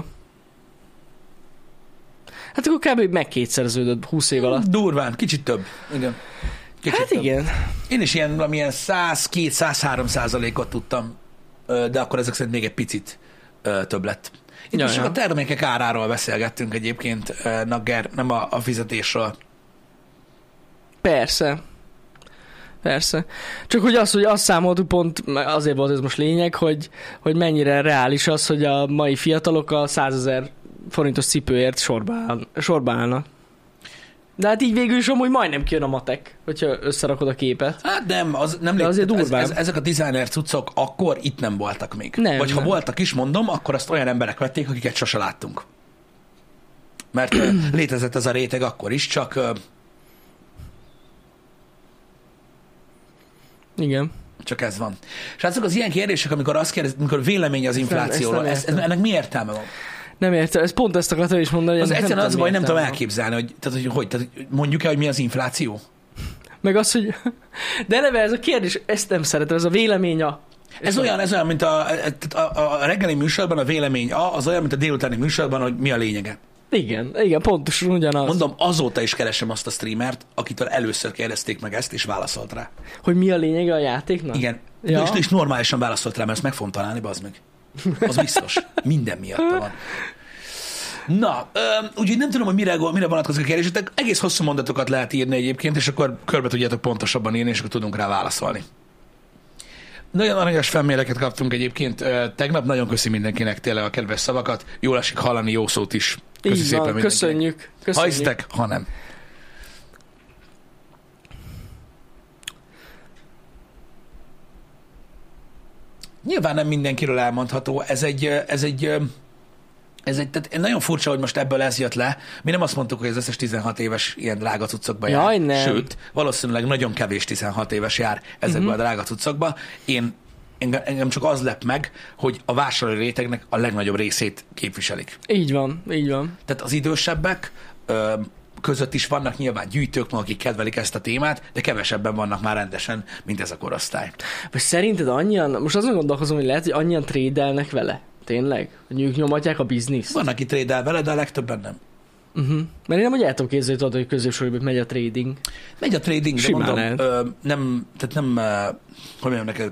Hát akkor kb. Megkétszerződött húsz év alatt. Durván, kicsit több. Igen. Kicsit hát több. Igen. Én is ilyen, valamilyen száz két száz három százalékot tudtam, de akkor ezek szerint még egy picit több lett. Itt most csak a termékek áráról beszélgettünk egyébként, Nagger, nem a, a fizetésről. Persze. Persze. Csak hogy az, hogy azt számoltuk pont, azért volt ez most lényeg, hogy, hogy mennyire reális az, hogy a mai fiatalok a százezer forintos cipőért sorba, áll, sorba állnak. De hát így végül is amúgy majdnem kijön a matek, hogyha összerakod a képet. Hát nem, az nem lé... azért ez, ez, ezek a designer cuccok akkor itt nem voltak még. Nem, Vagy ha nem. voltak is, mondom, akkor azt olyan emberek vették, akiket sose láttunk. Mert létezett ez a réteg akkor is, csak... Igen. Csak ez van. És azok az ilyen kérdések, amikor azt kérdezik, amikor vélemény az inflációról, ez, ez, ennek mi értelme van? Nem értem, ez pont ezt akartam is mondani. Az egyszerűen az, hogy nem tudom van. elképzelni, hogy, tehát, hogy, hogy tehát, mondjuk el, hogy mi az infláció? Meg az, hogy... De eleve ez a kérdés, ezt nem szeretem, ez a vélemény a... Ez, ez olyan, ez olyan, mint a, a, a reggeli műsorban a vélemény a, az olyan, mint a délutáni műsorban, hogy mi a lényege. Igen, igen, pontosan ugyanaz. Mondom, azóta is keresem azt a streamert, akitől először kérdezték meg ezt, és válaszolt rá. Hogy mi a lényege a játéknak? Igen, ja. és, és normálisan válaszolt rá, mert ezt meg fogom találni, bazd meg. Az biztos. Minden miatt van. Na, úgyhogy nem tudom, hogy mire, mire vonatkozik a kérdésetek. Egész hosszú mondatokat lehet írni egyébként, és akkor körbe tudjátok pontosabban írni, és akkor tudunk rá válaszolni. Nagyon aranyos felméreket kaptunk egyébként tegnap. Nagyon köszi mindenkinek tényleg a kedves szavakat. Jól esik hallani jó szót is. Köszi Így szépen van, mindenkinek. köszönjük. köszönjük. Ha hisztek, ha nem. Nyilván nem mindenkiről elmondható. Ez egy, ez egy, ez egy, tehát nagyon furcsa, hogy most ebből ez jött le. Mi nem azt mondtuk, hogy az összes tizenhat éves ilyen drága cuccokba jár. Jaj, nem. Sőt, valószínűleg nagyon kevés tizenhat éves jár ezekbe uh-huh. a drága cuccokba. Én, engem, engem csak az lep meg, hogy a vásárlói rétegnek a legnagyobb részét képviselik. Így van, így van. Tehát az idősebbek ö, között is vannak nyilván gyűjtők, akik kedvelik ezt a témát, de kevesebben vannak már rendesen, mint ez a korosztály. Vagy szerinted annyian, most azon gondolkozom, hogy lehet, hogy annyian trédelnek vele? Tényleg? Hogy ők nyomatják a bizniszt? Van, aki trédel vele, de a legtöbben nem. Uh-huh. Mert én nem, hogy el tudom képzelni, tudod, hogy középsorban megy a trading. Megy a trading, de Simán mondom, ö, nem, tehát nem, ö, hogy mondjam neked,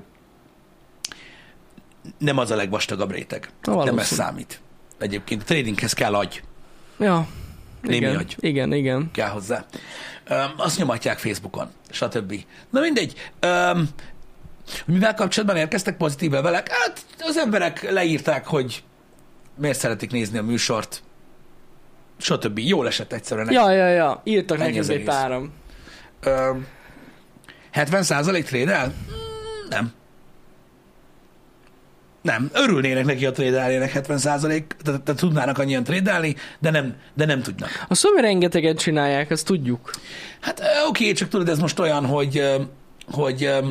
nem az a legvastagabb réteg. Na, nem ez számít. Egyébként a tradinghez kell agy. Ja. Némi Igen, agy. igen, igen. Kell hozzá. Ö, azt nyomatják Facebookon, stb. Na mindegy. Ö, mivel kapcsolatban érkeztek pozitív levelek? Hát az emberek leírták, hogy miért szeretik nézni a műsort, stb. Jól esett egyszerűen. Ja, ja, ja. Írtak Ennyi nekünk az egy egész. páram. Ö, hetven százalék trédel? Nem. Nem. Örülnének neki, a trédelnének hetven százalék, tehát te tudnának annyian trédelni, de nem, de nem tudnak. A szóval rengeteget csinálják, ezt tudjuk. Hát oké, okay, csak tudod, ez most olyan, hogy, ö, hogy ö,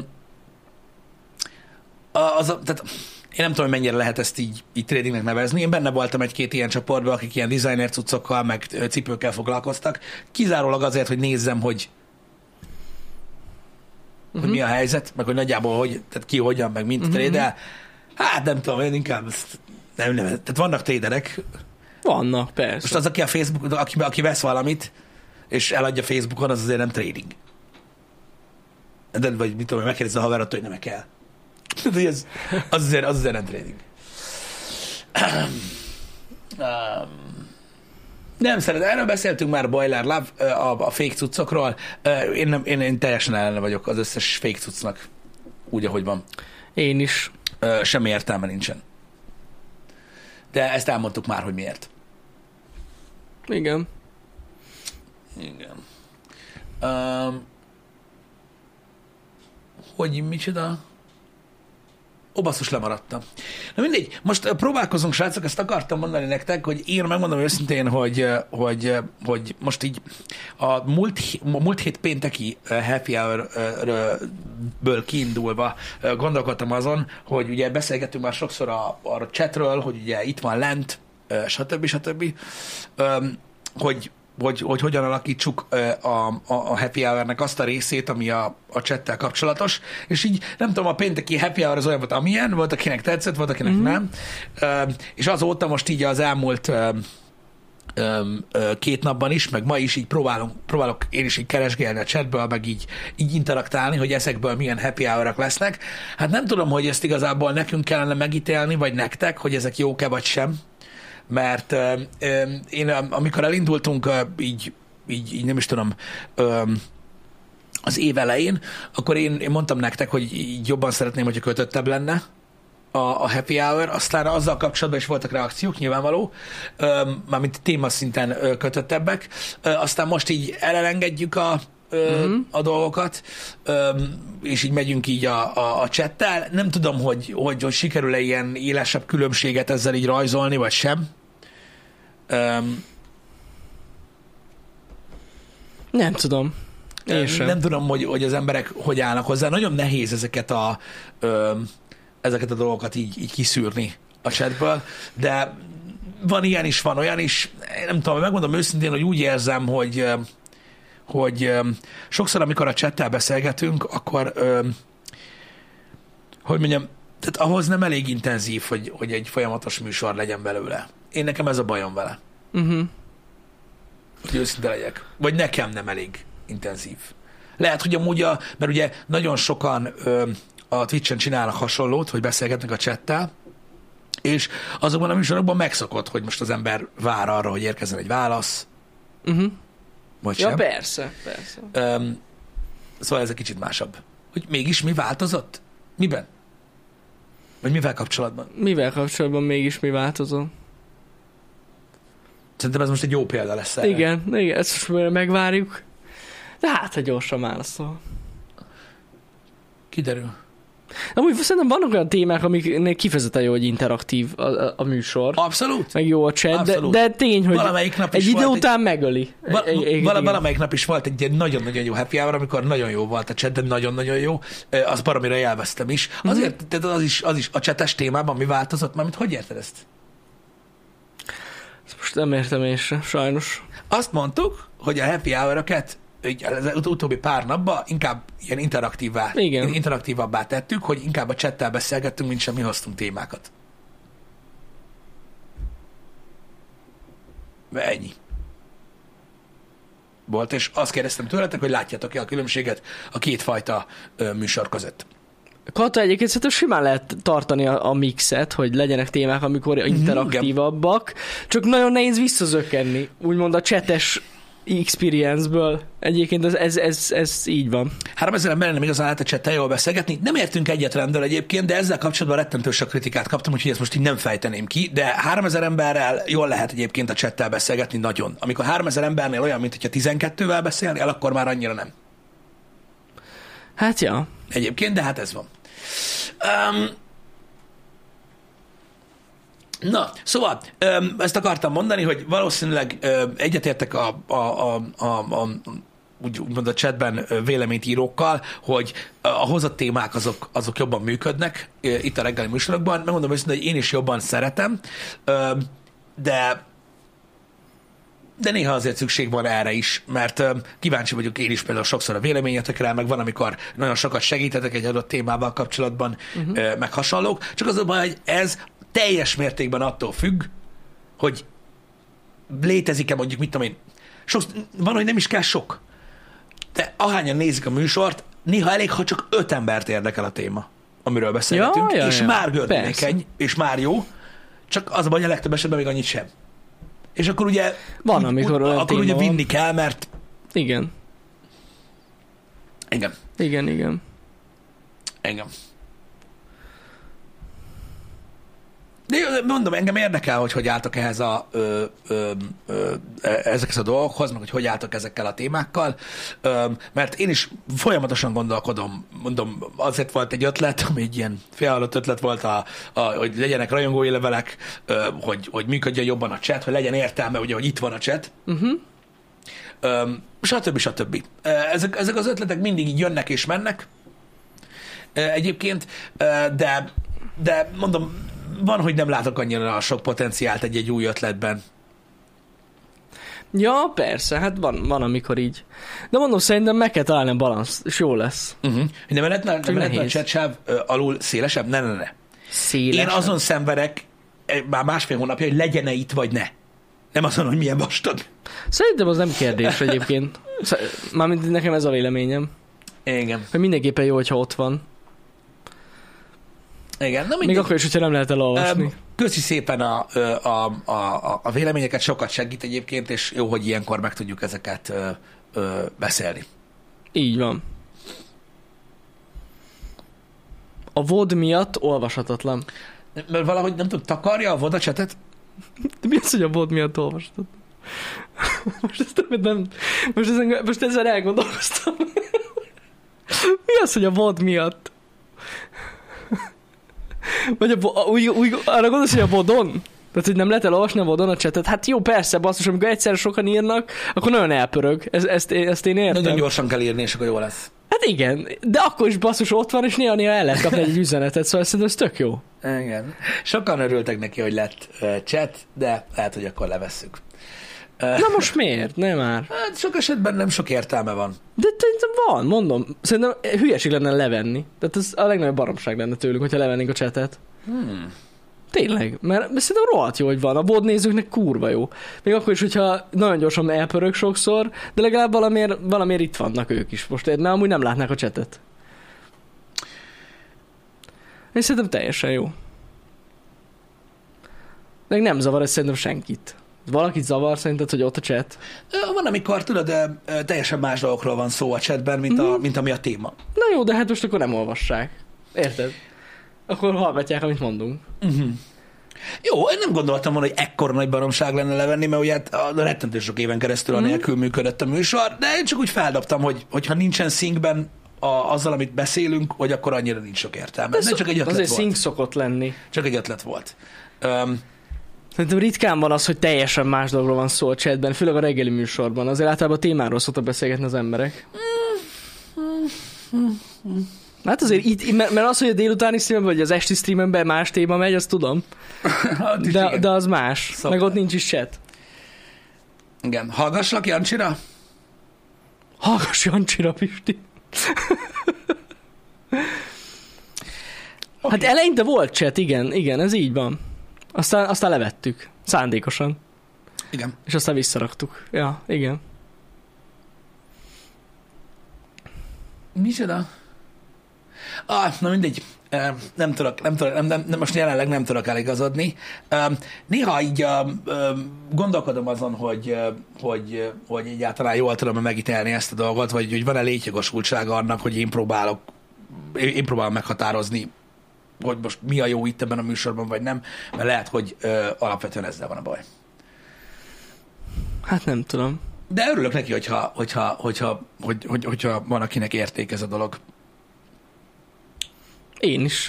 az a, tehát én nem tudom, hogy mennyire lehet ezt így, így tradingnek nevezni. Én benne voltam egy-két ilyen csoportban, akik ilyen designer cuccokkal, meg cipőkkel foglalkoztak. Kizárólag azért, hogy nézzem, hogy, uh-huh. hogy mi a helyzet, meg hogy nagyjából hogy, tehát ki hogyan, meg mint uh-huh. trédel. Hát nem tudom, én inkább ezt nem, nem. Tehát vannak traderek. Vannak, persze. Most az, aki a Facebook, aki, aki vesz valamit, és eladja Facebookon, az azért nem trading. De vagy mit tudom, megkérdezze a haverot, hogy nem kell. Ez, az, azért, az azért nem trading. Um, nem szeret, erről beszéltünk már, Boiler Love, a, a fake cuccokról. Én, nem, én, én teljesen ellene vagyok az összes fake cuccnak, úgy, ahogy van. Én is. Semmi értelme nincsen. De ezt elmondtuk már, hogy miért. Igen. Igen. Um, hogy micsoda? Ó, basszus, lemaradtam. Na mindegy, most próbálkozunk, srácok, ezt akartam mondani nektek, hogy én megmondom őszintén, hogy, hogy, hogy most így a múlt, múlt hét pénteki happy hour-ből kiindulva gondolkodtam azon, hogy ugye beszélgettünk már sokszor a, a chatről, hogy ugye itt van lent, stb. stb. Hogy Hogy, hogy hogyan alakítsuk a, a, a happy hour-nek azt a részét, ami a, a chattel kapcsolatos, és így nem tudom, a pénteki happy hour az olyan volt, amilyen, volt akinek tetszett, volt akinek mm-hmm. nem, és azóta most így az elmúlt két napban is, meg ma is így próbálunk, próbálok én is így keresgélni a chatből, meg így, így interaktálni, hogy ezekből milyen happy hour-ok lesznek. Hát nem tudom, hogy ezt igazából nekünk kellene megítélni, vagy nektek, hogy ezek jók-e vagy sem. Mert uh, én, amikor elindultunk uh, így, így, így nem is tudom, um, az év elején, akkor én, én mondtam nektek, hogy így jobban szeretném, hogyha kötöttebb lenne a, a happy hour, aztán azzal kapcsolatban is voltak reakciók, nyilvánvaló, um, mármint témaszinten uh, kötöttebbek, uh, aztán most így elengedjük a Mm-hmm. a dolgokat, és így megyünk így a, a, a chattel. Nem tudom, hogy, hogy, hogy sikerül-e ilyen élesebb különbséget ezzel így rajzolni, vagy sem. Um, nem tudom. Én sem. Nem tudom, hogy, hogy az emberek hogy állnak hozzá. Nagyon nehéz ezeket a, ezeket a dolgokat így, így kiszűrni a chatből, de van ilyen is, van olyan is. Nem tudom, megmondom őszintén, hogy úgy érzem, hogy hogy ö, sokszor, amikor a chattel beszélgetünk, akkor, ö, hogy mondjam, tehát ahhoz nem elég intenzív, hogy, hogy egy folyamatos műsor legyen belőle. Én nekem ez a bajom vele. Uh-huh. Hogy őszinte legyek. Vagy nekem nem elég intenzív. Lehet, hogy amúgy, a, mert ugye nagyon sokan ö, a Twitch-en csinálnak hasonlót, hogy beszélgetnek a chattel, És azokban a műsorokban megszokott, hogy most az ember vár arra, hogy érkezzen egy válasz, Uh-huh. vagy Ja, sem. persze, persze. Um, szóval ez egy kicsit másabb. Hogy mégis mi változott? Miben? Vagy mivel kapcsolatban? Mivel kapcsolatban mégis mi változó? Szerintem ez most egy jó példa lesz erre. Igen, igen, ezt most megvárjuk. De hát, ha gyorsan válaszol. Kiderül. Amúgy szerintem vannak olyan témák, amiknek kifejezetten jó, hogy interaktív a, a, a műsor. Abszolút. Meg jó a chat, de, Abszolút. de tény, hogy Valamelyik nap egy is idő volt után megöli. Val- Egy- egy- val- igen. valamelyik nap is volt egy ilyen nagyon-nagyon jó happy hour, amikor nagyon jó volt a chat, de nagyon-nagyon jó. Ö, Az baromira élveztem is. Azért, tehát az is, az is a chates témában mi változott? Mármint hogy érted ezt? Ezt most nem értem én sem, sajnos. Azt mondtuk, hogy a happy hour-öket így az ut- utóbbi pár napban inkább ilyen interaktívvá, Igen. interaktívabbá tettük, hogy inkább a chattel beszélgettünk, mint sem mi hoztunk témákat. Ennyi. Volt, és azt kérdeztem tőletek, hogy látjátok-e a különbséget a kétfajta ö, műsor között. Kata, egyébként szerintem simán lehet tartani a, a mixet, hogy legyenek témák, amikor interaktívabbak, csak nagyon nehéz visszazökkenni, úgymond a chates experience-ből. Egyébként ez, ez, ez, ez így van. háromezer ember nem igazán lehet a chattel jól beszélgetni. Nem értünk egyet rendel egyébként, de ezzel kapcsolatban rettentő sok kritikát kaptam, úgyhogy ezt most így nem fejteném ki, de háromezer emberrel jól lehet egyébként a chattel beszélgetni nagyon. Amikor háromezer embernél olyan, mint hogyha tizenkettővel beszélnél, akkor már annyira nem. Hát ja. Egyébként, de hát ez van. Um, na, szóval um, ezt akartam mondani, hogy valószínűleg um, egyetértek a, a, a, a, a úgy, úgymond a chatben véleményírókkal, hogy a hozott témák azok, azok jobban működnek uh, itt a reggeli műsorokban. Megmondom őszintén, hogy én is jobban szeretem, um, de de néha azért szükség van erre is, mert uh, kíváncsi vagyok én is például sokszor a véleményetekre, meg van, amikor nagyon sokat segítetek egy adott témával kapcsolatban, uh-huh. uh, meg hasonlók. Csak az a baj, hogy ez teljes mértékben attól függ, hogy létezik-e mondjuk, mit tudom én, sok, van, hogy nem is kell sok. De ahányan nézik a műsort, néha elég, ha csak öt embert érdekel a téma, amiről beszélgetünk, Ja, ja, és ja. már gördülékeny, és már jó, csak az a baj, a legtöbb esetben még annyit sem. És akkor ugye, Van, úgy, amikor úgy, olyan akkor téma ugye van. vinni kell, mert Igen. engem, Igen, igen. engem. De jó, mondom, engem érdekel, hogy hogy álltok ehhez a, ö, ö, ö, ezekhez a dolgokhoz, meg hogy hogy álltok ezekkel a témákkal, ö, mert én is folyamatosan gondolkodom, mondom, azért volt egy ötlet, ami egy ilyen félhalott ötlet volt, a, a, hogy legyenek rajongói levelek, ö, hogy, hogy működjön jobban a chat, hogy legyen értelme, ugye, hogy itt van a chat, Uh-huh. ö, stb. stb. Ezek, ezek az ötletek mindig így jönnek és mennek ö, egyébként, ö, de, de mondom, van, hogy nem látok annyira sok potenciált egy-egy új ötletben. Ja, persze, hát van, van, amikor így. De mondom, szerintem meg kell találni a balansz, és jó lesz. Uh-huh. Nem lehetne, nem lehetne a nehéz. chatsáv ö, alul szélesebb? Ne, ne, ne. Széles. Én azon szenvedek eh, már másfél hónapja, hogy legyen-e itt, vagy ne. Nem azon, hogy milyen vastag. Szerintem az nem kérdés egyébként. Sz- Mármint nekem ez a véleményem. Igen. Hogy mindenképpen jó, hogyha ott van. Igen. Na, Még mindegy. akkor is, hogyha nem lehet elolvasni. Öm, Köszi szépen a, a, a, a, a véleményeket, sokat segít egyébként, és jó, hogy ilyenkor meg tudjuk ezeket ö, ö, beszélni. Így van. A vod miatt olvashatatlan. Mert valahogy nem tudom, takarja a Voda chatet? De mi az, hogy a vod miatt olvashatatlan? Most ezt nem, nem most, ezen, most ezzel elgondolkoztam. Mi az, hogy a vod miatt? Vagy a, vo- úgy, úgy, arra gondolsz, hogy a vodon? Tehát, hogy nem lehet elolvasni a vodon a chatet? Hát jó, persze, basszus, amikor egyszerre sokan írnak, akkor nagyon elpörög. Ez, ezt, ezt én értem. Nagyon gyorsan kell írni, és akkor jó lesz. Hát igen, de akkor is basszus ott van, és néha-néha el lehet kapni egy üzenetet, szóval szerintem ez tök jó. Igen. Sokan örültek neki, hogy lett uh, chat, de lehet, hogy akkor levesszük. Uh, Na most miért? Nem már. hát sok esetben nem sok értelme van. De szerintem van, mondom. Szerintem hülyeség lenne levenni. Tehát ez a legnagyobb baromság lenne tőlünk, hogyha levennénk a chatet. Hmm. Tényleg, mert szerintem rohadt jó, hogy van. A bot nézőknek kurva jó. Még akkor is, hogyha nagyon gyorsan elpörög sokszor, de legalább valamiért, valamiért itt vannak ők is most, mert amúgy nem látnák a chatet. És szerintem teljesen jó. Meg nem zavar ez szerintem senkit. Valakit zavar szerinted, hogy ott a chat? Van, amikor tudod, de teljesen más dolgokról van szó a chatben, mint, a, mint ami a téma. Na jó, de hát most akkor nem olvassák. Érted? Akkor hallgatják, amit mondunk. Uh-huh. Jó, én nem gondoltam volna, hogy ekkora nagy baromság lenne levenni, mert ugye hát a rettentő sok éven keresztül Mhm. anélkül működött a műsor, de én csak úgy feldobtam, hogy hogyha nincsen szinkben a, azzal, amit beszélünk, hogy akkor annyira nincs sok értelme. De, de csak egy ötlet azért volt. szink szokott lenni. Csak egy ötlet volt. Um, Szerintem ritkán van az, hogy teljesen más dologról van szó a chatben, főleg a reggeli műsorban. Azért általában a témáról szoktak beszélgetni az emberek. Hát azért itt, mert mert az, hogy a délutáni streamben vagy az esti streamben más téma megy, azt tudom. De, de az más. Szokta. Meg ott nincs is chat. Igen. Hallgasslak Jancsira? Hallgass Jancsira, Pisti. Okay. Hát eleinte volt chat, igen, igen, ez így van. Aztán, aztán levettük. Szándékosan. Igen. És aztán visszaraktuk. Ja, igen. Micsoda? Ah, na mindegy. Nem tudok, nem tudok, nem, nem, most jelenleg nem tudok eligazodni. Néha így gondolkodom azon, hogy, hogy, hogy egyáltalán jól tudom megítélni ezt a dolgot, vagy hogy van-e létjogosultsága annak, hogy én próbálok, én próbálom meghatározni, hogy most mi a jó itt ebben a műsorban, vagy nem, mert lehet, hogy alapvetően ezzel van a baj. Hát nem tudom. De örülök neki, hogyha, hogyha, hogyha, hogy, hogy, hogyha van, akinek érték ez a dolog. Én is.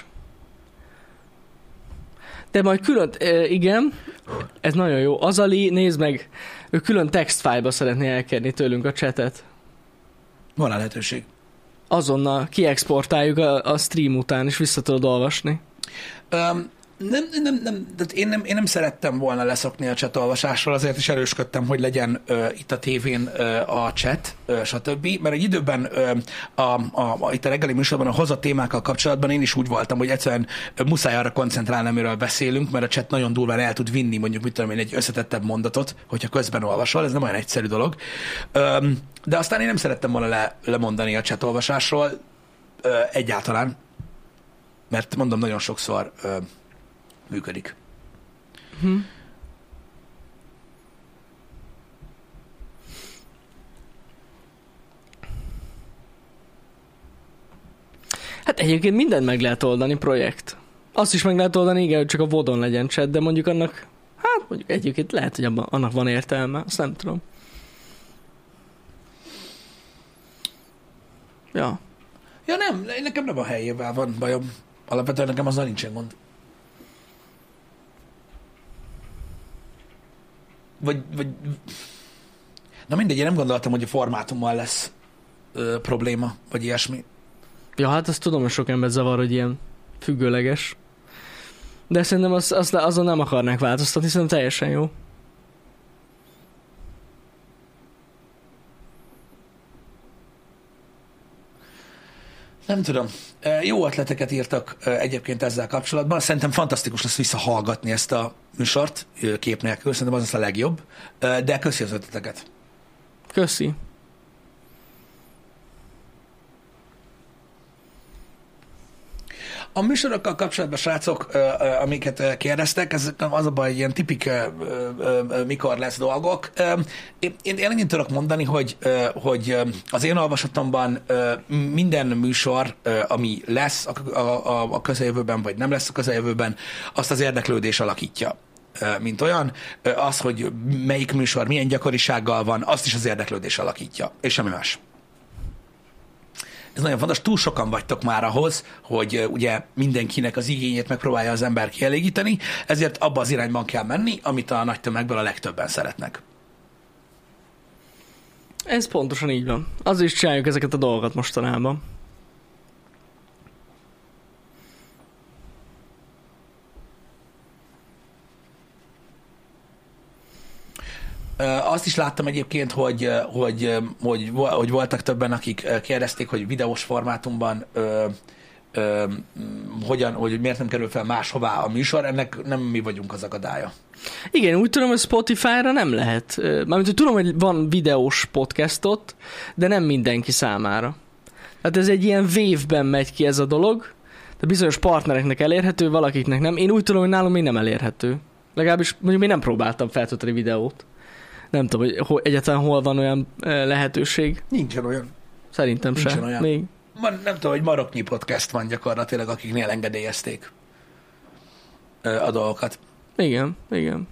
De majd külön, igen, ez nagyon jó. Azali, nézd meg, ő külön textfájlba szeretné elkérni tőlünk a chatet. Van a lehetőség. Azonnal kiexportáljuk a, a stream után, és vissza tudod olvasni. Um, nem, nem, nem, de én, nem, én nem szerettem volna leszokni a chatolvasásról, azért is erősködtem, hogy legyen uh, itt a tévén uh, a chat, uh, stb. Mert egy időben uh, a, a, a, itt a reggeli műsorban a hozott témákkal kapcsolatban én is úgy voltam, hogy egyszerűen uh, muszáj arra koncentrálni, amiről beszélünk, mert a chat nagyon durván el tud vinni, mondjuk mit tudom én, egy összetettebb mondatot, hogyha közben olvasol, ez nem olyan egyszerű dolog. Um, de aztán én nem szerettem volna le, lemondani a chatolvasásról uh, egyáltalán, mert mondom, nagyon sokszor uh, működik. Hm. Hát egyébként mindent meg lehet oldani, projekt. Azt is meg lehet oldani, igen, hogy csak a vodon legyen chat, de mondjuk annak, hát mondjuk egyébként lehet, hogy abban, annak van értelme, azt nem tudom. Ja. Ja nem, nekem nem a helyével van bajom. Alapvetően nekem azzal nincsen gond. Vagy, vagy... Na mindegy, én nem gondoltam, hogy a formátummal lesz ö, probléma, vagy ilyesmi. Ja, hát azt tudom, hogy sok ember zavar, hogy ilyen függőleges. De szerintem az, az, azon nem akarnák változtatni, szerintem teljesen jó. Nem tudom. Jó ötleteket írtak egyébként ezzel kapcsolatban. Szerintem fantasztikus lesz visszahallgatni ezt a műsort kép nélkül. Szerintem az lesz a legjobb. De köszi az ötleteket. Köszi. A műsorokkal kapcsolatban, srácok, amiket kérdeztek, ez az a baj, ilyen tipik mikor lesz dolgok. Én, én annyit tudok mondani, hogy, hogy az én olvasatomban minden műsor, ami lesz a, a, a közeljövőben, vagy nem lesz a közeljövőben, azt az érdeklődés alakítja. Mint olyan, az, hogy melyik műsor milyen gyakorisággal van, azt is az érdeklődés alakítja, és semmi más. Ez nagyon fontos, túl sokan vagytok már ahhoz, hogy uh, ugye mindenkinek az igényét megpróbálja az ember kielégíteni, ezért abba az irányban kell menni, amit a nagy tömegből a legtöbben szeretnek. Ez pontosan így van. Azért is csináljuk ezeket a dolgokat mostanában. Azt is láttam egyébként, hogy, hogy, hogy, hogy voltak többen, akik kérdezték, hogy videós formátumban ö, ö, hogyan, hogy miért nem kerül fel máshová a műsor, ennek nem mi vagyunk az akadálya. Igen, úgy tudom, hogy Spotify-ra nem lehet. Mármint, hogy tudom, hogy van videós podcastot, de nem mindenki számára. Tehát ez egy ilyen wave-ben megy ki ez a dolog, de bizonyos partnereknek elérhető, valakiknek nem. Én úgy tudom, hogy nálunk még nem elérhető. Legalábbis mondjuk én nem próbáltam feltölteni videót. Nem tudom, hogy ho- egyáltalán hol van olyan lehetőség. Nincsen olyan. Szerintem Nincsen sem. olyan. Még. Man, nem tudom, hogy maroknyi podcast van gyakorlatilag, akiknél engedélyezték a dolgokat. Igen, igen.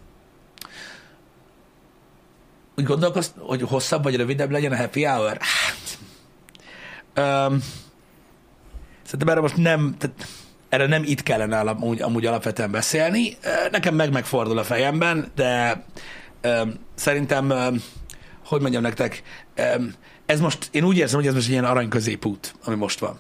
Úgy gondolkozz, hogy hosszabb vagy rövidebb legyen a happy hour? Hát, um, szerintem erre most nem, tehát erre nem itt kellene amúgy, amúgy alapvetően beszélni. Nekem meg megfordul a fejemben, de um, szerintem, um, hogy mondjam nektek, um, ez most, én úgy érzem, hogy ez most egy ilyen arany középút, ami most van.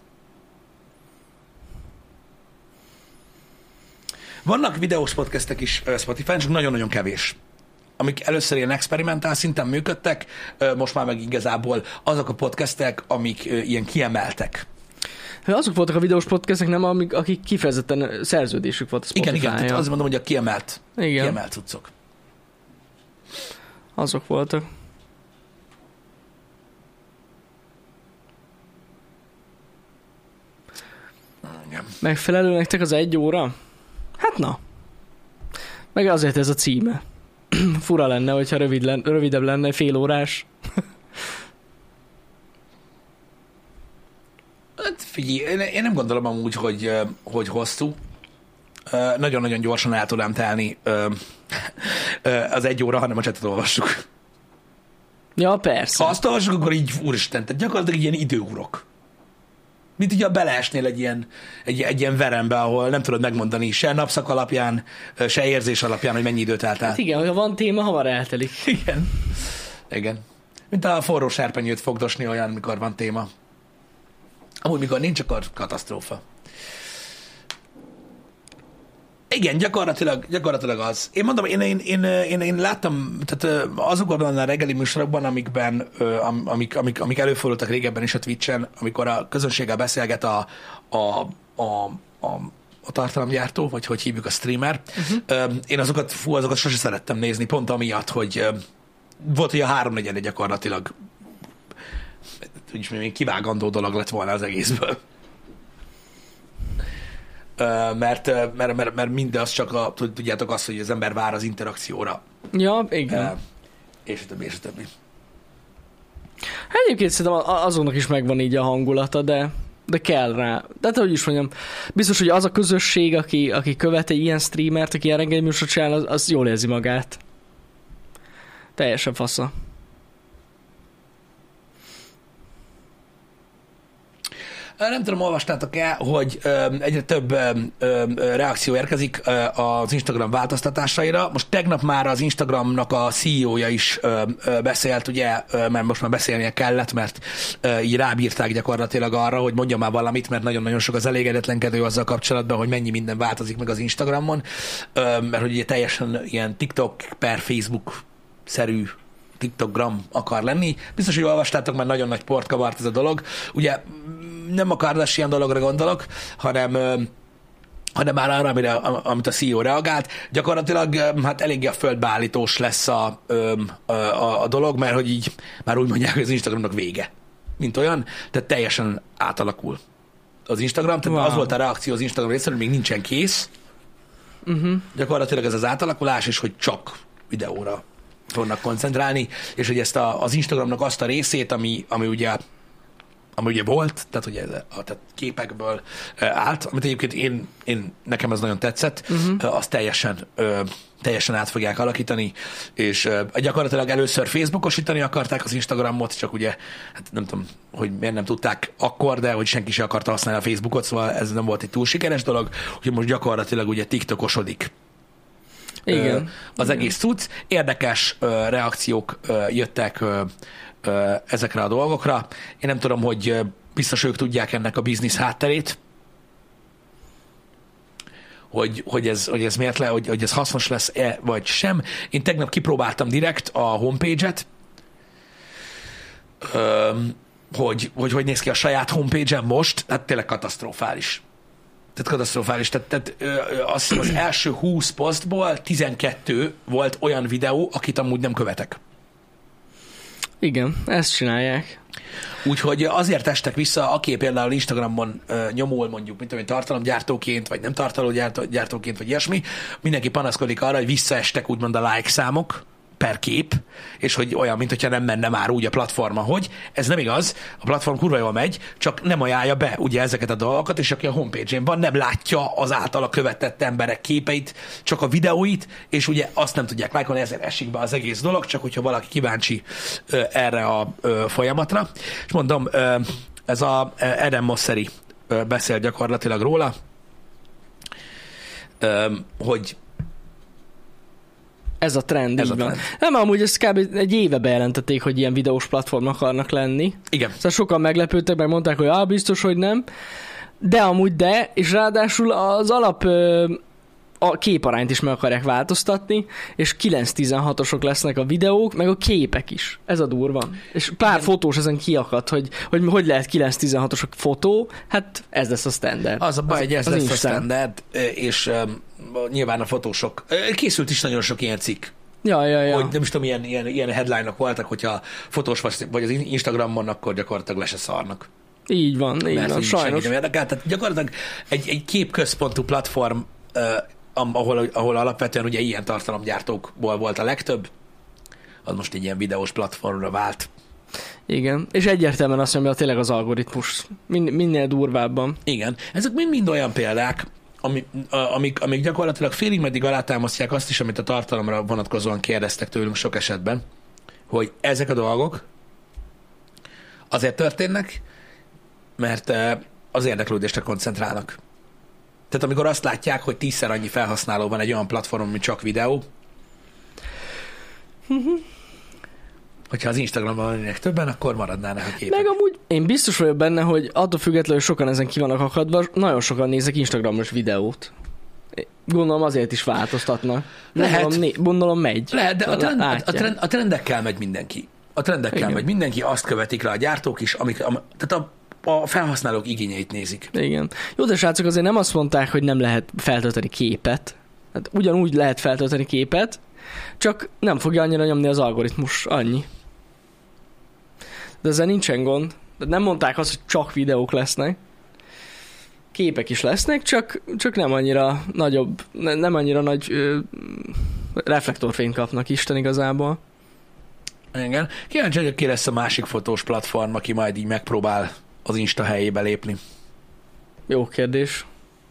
Vannak videós podcastek is Spotify-n, csak nagyon-nagyon kevés. Amik először ilyen experimentál szinten működtek, most már meg igazából azok a podcastek, amik ilyen kiemeltek. Azok voltak a videós podcastek, nem amik, akik kifejezetten szerződésük volt a Spotify-on. Igen, igen, tehát azt mondom, hogy a kiemelt, igen. kiemelt cuccok. Azok voltak. Igen. Megfelelő nektek az egy óra? Hát na. Meg azért ez a címe. Fura lenne, hogyha rövid lenne, rövidebb lenne, fél órás. Hát figyelj, én, én nem gondolom amúgy, hogy, hogy hosszú. Nagyon-nagyon gyorsan el tudám telni az egy óra, hanem a csetet olvassuk. Ja, persze. Ha azt olvassuk, akkor így, úristen, tehát gyakorlatilag ilyen időurok. Mint ugye beleesnél egy ilyen, egy, egy ilyen verembe, ahol nem tudod megmondani se napszak alapján, se érzés alapján, hogy mennyi időt eltál. Hát igen, ha van téma, hamar eltelik. Igen. Igen. Mint a forró serpenyőt fogdosni olyan, mikor van téma. Amúgy mikor nincs, akkor katasztrófa. Igen, gyakorlatilag, gyakorlatilag az. Én mondom, én, én, én, én, én láttam, tehát azokban a reggeli műsorokban, amikben, amik, amik, amik előfordultak régebben is a Twitchen, amikor a közönséggel beszélget a, a, a, a, a tartalomgyártó, vagy hogy hívjuk, a streamer. Uh-huh. Én azokat, fú, azokat sose szerettem nézni, pont amiatt, hogy volt, hogy a háromnegyede gyakorlatilag úgyis még kivágandó dolog lett volna az egészből. Mert, mert, mert, mert mindaz csak a, tudjátok azt, hogy az ember vár az interakcióra. Ja, igen. És a többi, és a többi. Hát egyébként szerintem azonnak is megvan így a hangulata, de, de kell rá. De hát, hogy is mondjam, biztos, hogy az a közösség, aki, aki követ egy ilyen streamert, aki ilyen reggeli műsort csinál, az, az jól érzi magát. Teljesen fasza. Nem tudom, olvastátok-e, hogy egyre több reakció érkezik az Instagram változtatásaira. Most tegnap már az Instagramnak a cé e ó-ja is beszélt, ugye, mert most már beszélnie kellett, mert így rábírták gyakorlatilag arra, hogy mondja már valamit, mert nagyon-nagyon sok az elégedetlenkedő azzal kapcsolatban, hogy mennyi minden változik meg az Instagramon, mert hogy ugye teljesen ilyen TikTok per Facebook-szerű TikTokgram akar lenni. Biztos, hogy olvastátok, mert nagyon nagy port kavart ez a dolog. Ugye nem a Kardashian dologra gondolok, hanem, hanem már arra, amire, amit a cé e ó reagált. Gyakorlatilag hát eléggé a földbeállítós lesz a, a, a, a dolog, mert hogy így már úgy mondják, hogy az Instagramnak vége. Mint olyan, tehát teljesen átalakul az Instagram. Tehát wow. Az volt a reakció az Instagram részéről, hogy még nincsen kész. Uh-huh. Gyakorlatilag ez az átalakulás, és hogy csak videóra fognak koncentrálni, és hogy ezt a, az Instagramnak azt a részét, ami, ami ugye ami ugye volt, tehát ugye a tehát képekből állt, amit egyébként én, én nekem ez nagyon tetszett, uh-huh. azt teljesen, teljesen át fogják alakítani, és gyakorlatilag először Facebookosítani akarták az Instagramot, csak ugye, hát nem tudom, hogy miért nem tudták akkor, de hogy senki sem akarta használni a Facebookot, szóval ez nem volt egy túl sikeres dolog, úgyhogy most gyakorlatilag ugye TikTokosodik. Igen. Az Igen. egész cucc. Érdekes reakciók jöttek ezekre a dolgokra. Én nem tudom, hogy biztos ők tudják ennek a biznisz hátterét, hogy, hogy, ez, hogy ez miért le, hogy, hogy ez hasznos lesz-e, vagy sem. Én tegnap kipróbáltam direkt a homepage-et, hogy, hogy hogy néz ki a saját homepage-en most, hát tényleg katasztrofális. Tehát katasztrofális. Tehát, tehát az, az első húsz posztból tizenkettő volt olyan videó, akit amúgy nem követek. Igen, ezt csinálják. Úgyhogy azért estek vissza, aki például Instagramon uh, nyomul mondjuk, mint tudom, tartalomgyártóként, vagy nem tartalomgyártóként, vagy ilyesmi, mindenki panaszkodik arra, hogy visszaestek úgymond a like számok per kép, és hogy olyan, mint hogyha nem menne már úgy a platforma, hogy ez nem igaz, a platform kurva jól megy, csak nem ajánlja be ugye ezeket a dolgokat, és aki a homepage-én van, nem látja az általa követett emberek képeit, csak a videóit, és ugye azt nem tudják lájkolni, ezért esik be az egész dolog, csak hogyha valaki kíváncsi ö, erre a ö, folyamatra. És mondom, ö, ez a Adam Mosseri ö, beszél gyakorlatilag róla, ö, hogy ez a trend, ez így a van. trend. Nem, amúgy ezt kb. Egy éve bejelentették, hogy ilyen videós platform akarnak lenni. Igen. Szóval sokan meglepődtek, meg mondták, hogy á, biztos, hogy nem. De amúgy de, és ráadásul az alap ö, a képarányt is meg akarják változtatni, és kilenc tizenhatosok lesznek a videók, meg a képek is. Ez a durva. És pár fotós ezen kiakadt, hogy hogy, hogy lehet kilenc tizenhatosok fotó, hát ez lesz a standard. Az a baj, hogy ez az lesz a Instán. standard, és um, nyilván a fotósok. Készült is nagyon sok ilyen cikk, Ja, ja, ja. hogy nem is tudom, ilyen, ilyen, ilyen headline-ok voltak, hogyha fotós vagy, vagy az Instagramon, akkor gyakorlatilag le se szarnak. Így van, így Mert van, így senki sajnos. nem érdekel. Tehát gyakorlatilag egy, egy képközpontú platform, uh, ahol, ahol alapvetően ugye ilyen tartalomgyártókból volt a legtöbb, az most egy ilyen videós platformra vált. Igen, és egyértelműen azt mondja, tényleg az algoritmus. Min- minél durvábban. Igen. Ezek mind-mind olyan példák, ami, a, amik, amik gyakorlatilag félig meddig alátámasztják azt is, amit a tartalomra vonatkozóan kérdeztek tőlünk sok esetben, hogy ezek a dolgok azért történnek, mert eh, az érdeklődésre koncentrálnak. Tehát amikor azt látják, hogy tízszer annyi felhasználó van egy olyan platformon, mint csak videó, hogyha az Instagramon lennének többen, akkor maradnának a képek. Meg amúgy én biztos vagyok benne, hogy attól függetlenül, hogy sokan ezen ki vannak akadva, nagyon sokan nézek Instagramos videót. Gondolom azért is változtatnak. Lehet. Gondolom, né- gondolom megy. Lehet, de a, trend, a, Látják. trend, a trendekkel megy mindenki. A trendekkel Igen. megy mindenki, azt követik rá a gyártók is, amik, am, tehát a, a felhasználók igényeit nézik. Igen. Jó, de srácok, azért nem azt mondták, hogy nem lehet feltölteni képet. Hát ugyanúgy lehet feltölteni képet, csak nem fogja annyira nyomni az algoritmus, annyi. De ezzel nincsen gond. De nem mondták azt, hogy csak videók lesznek. Képek is lesznek, csak, csak nem annyira nagyobb, ne, nem annyira nagy ö, reflektorfényt kapnak Isten igazából. Igen. Kíváncsi vagyok, ki lesz a másik fotós platform, aki majd így megpróbál az Insta helyébe lépni. Jó kérdés.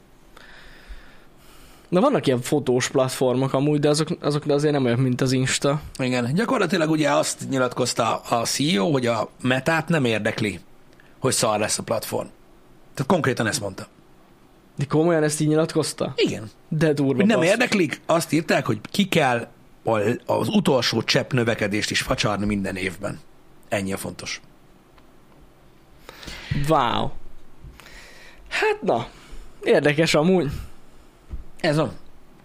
De vannak ilyen fotós platformok amúgy, de azok, azok azért nem olyan, mint az Insta. Igen. Gyakorlatilag ugye azt nyilatkozta a cé e o, hogy a Metát nem érdekli, hogy szar lesz a platform. Tehát konkrétan ezt mondta. De komolyan ezt így nyilatkozta? Igen. De durva. Hogy nem basszus. érdeklik, azt írták, hogy ki kell az utolsó csepp növekedést is facsarni minden évben. Ennyi a fontos. Wow. Hát na, érdekes amúgy. Ez van.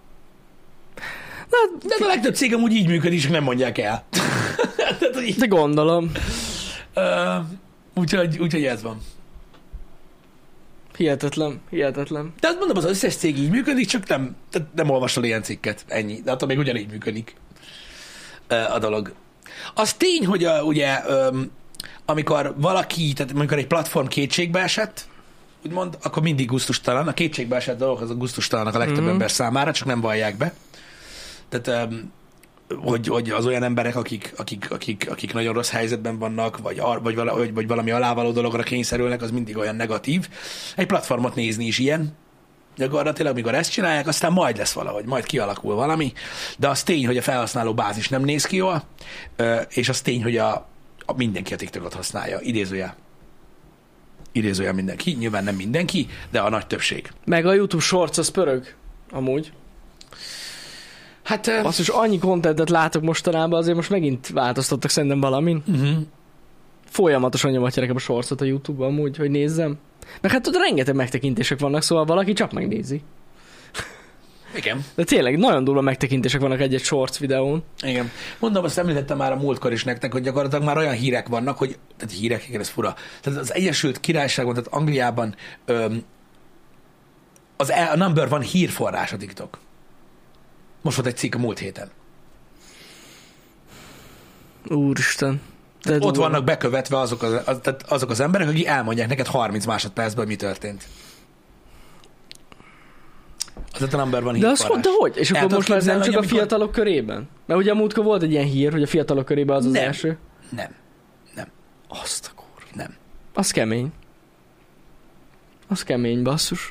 Na, De a legtöbb cég amúgy így működik, csak nem mondják el. Tehát, hogy így, de gondolom. uh, úgyhogy, úgyhogy ez van. Hihetetlen, hihetetlen. De azt mondom, az összes cég így működik, csak nem, tehát nem olvasol ilyen cikket. Ennyi. De attól még ugyanígy működik uh, a dolog. Az tény, hogy a, ugye um, amikor valaki, tehát amikor egy platform kétségbe esett, úgymond, akkor mindig gusztustalan. A kétségbe esett dolgok az a gusztustalanak a legtöbb Mhm. ember számára, csak nem vallják be. Tehát, um, hogy, hogy az olyan emberek, akik, akik, akik, akik nagyon rossz helyzetben vannak, vagy, ar, vagy, vala, vagy, vagy valami alávaló dologra kényszerülnek, az mindig olyan negatív. Egy platformot nézni is ilyen. Gyakorlatilag, amikor ezt csinálják, aztán majd lesz valahogy, majd kialakul valami. De az tény, hogy a felhasználó bázis nem néz ki jól, és az tény, hogy a, a mindenki a TikTokot használja. Idézőjel. Idézőjel mindenki. Nyilván nem mindenki, de a nagy többség. Meg a YouTube Shorts az pörög. Amúgy. Hát... Azt is annyi kontentet látok mostanában, azért most megint változtattak szerintem valamin. Uh-huh. Folyamatosan nyomatja nekem a Shortsot a YouTube-ban amúgy, hogy nézzem. Meg hát ott rengeteg megtekintések vannak, szóval valaki csak megnézi. Igen. De tényleg nagyon durva megtekintések vannak egy-egy Shorts videón. Igen. Mondom, azt említettem már a múltkor is nektek, hogy gyakorlatilag már olyan hírek vannak, hogy, tehát hírek, igen, ez fura. Tehát az Egyesült Királyságban, tehát Angliában öm, az a number van hírforrás a TikTok. Most volt egy cikk a múlt héten. Úristen. Tehát ott vannak bekövetve azok az, az, tehát azok az emberek, akik elmondják neked harminc másodpercben, mi történt. Az a number van. De, az, de hogy? És akkor most már nem csak a fiatalok amikor... körében? Mert ugye a múltkor volt egy ilyen hír, hogy a fiatalok körében az az nem. első. Nem. Nem. Azt a kurva. Nem. Az kemény. Az kemény, basszus.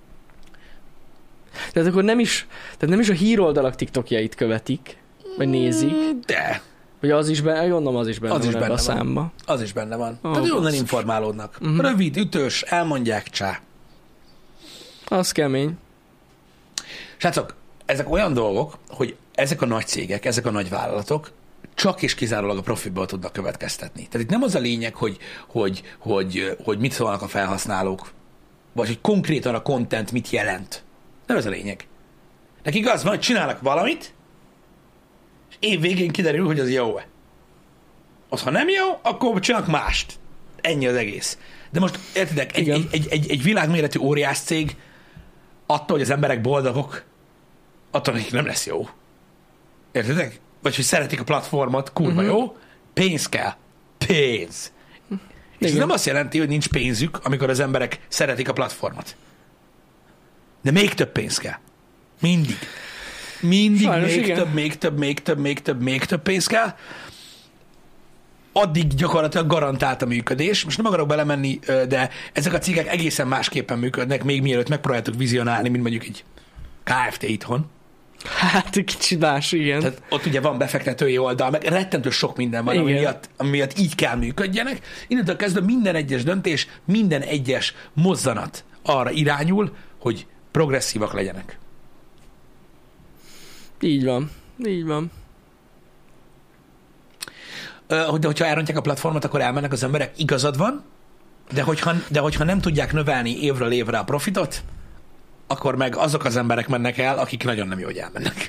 Tehát akkor nem is, tehát nem is a híroldalak TikTokjait követik, vagy nézik. De. Vagy az is benne, gondolom az is benne az van is benne a számba. Az is benne van. Oh, tehát onnan informálódnak. Uh-huh. Rövid, ütős, elmondják, csá. Az kemény. Srácok, ezek olyan dolgok, hogy ezek a nagy cégek, ezek a nagy vállalatok csak és kizárólag a profitból tudnak következtetni. Tehát itt nem az a lényeg, hogy, hogy, hogy, hogy mit szólnak a felhasználók, vagy hogy konkrétan a content mit jelent. Nem ez a lényeg. Nekik az van, hogy csinálnak valamit, és év végén kiderül, hogy az jó-e. Az, ha nem jó, akkor csinálnak mást. Ennyi az egész. De most értitek, egy, egy, egy, egy, egy világméretű óriás cég attól, hogy az emberek boldogok, attól nekik nem lesz jó. Értitek? Vagy hogy szeretik a platformot, kurva uh-huh. jó, pénz kell. Pénz. Igen. És ez nem azt jelenti, hogy nincs pénzük, amikor az emberek szeretik a platformot. De még több pénz kell. Mindig. Mindig Sajnos, még igen. több, még több, még több, még több, még több pénz kell. Addig gyakorlatilag garantált a működés. Most nem akarok belemenni, de ezek a cégek egészen másképpen működnek, még mielőtt megpróbáltuk vizionálni, mint mondjuk egy ká ef té itthon. Hát kicsit más, igen. Tehát ott ugye van befektetői oldal, meg rettentő sok minden van, ami miatt, ami miatt így kell működjenek. Innentől kezdve minden egyes döntés, minden egyes mozzanat arra irányul, hogy progresszívak legyenek. Így van. Így van. De hogyha elrontják a platformot, akkor elmennek az emberek, igazad van, de hogyha, de hogyha nem tudják növelni évről évre a profitot, akkor meg azok az emberek mennek el, akik nagyon nem jó, hogy elmennek.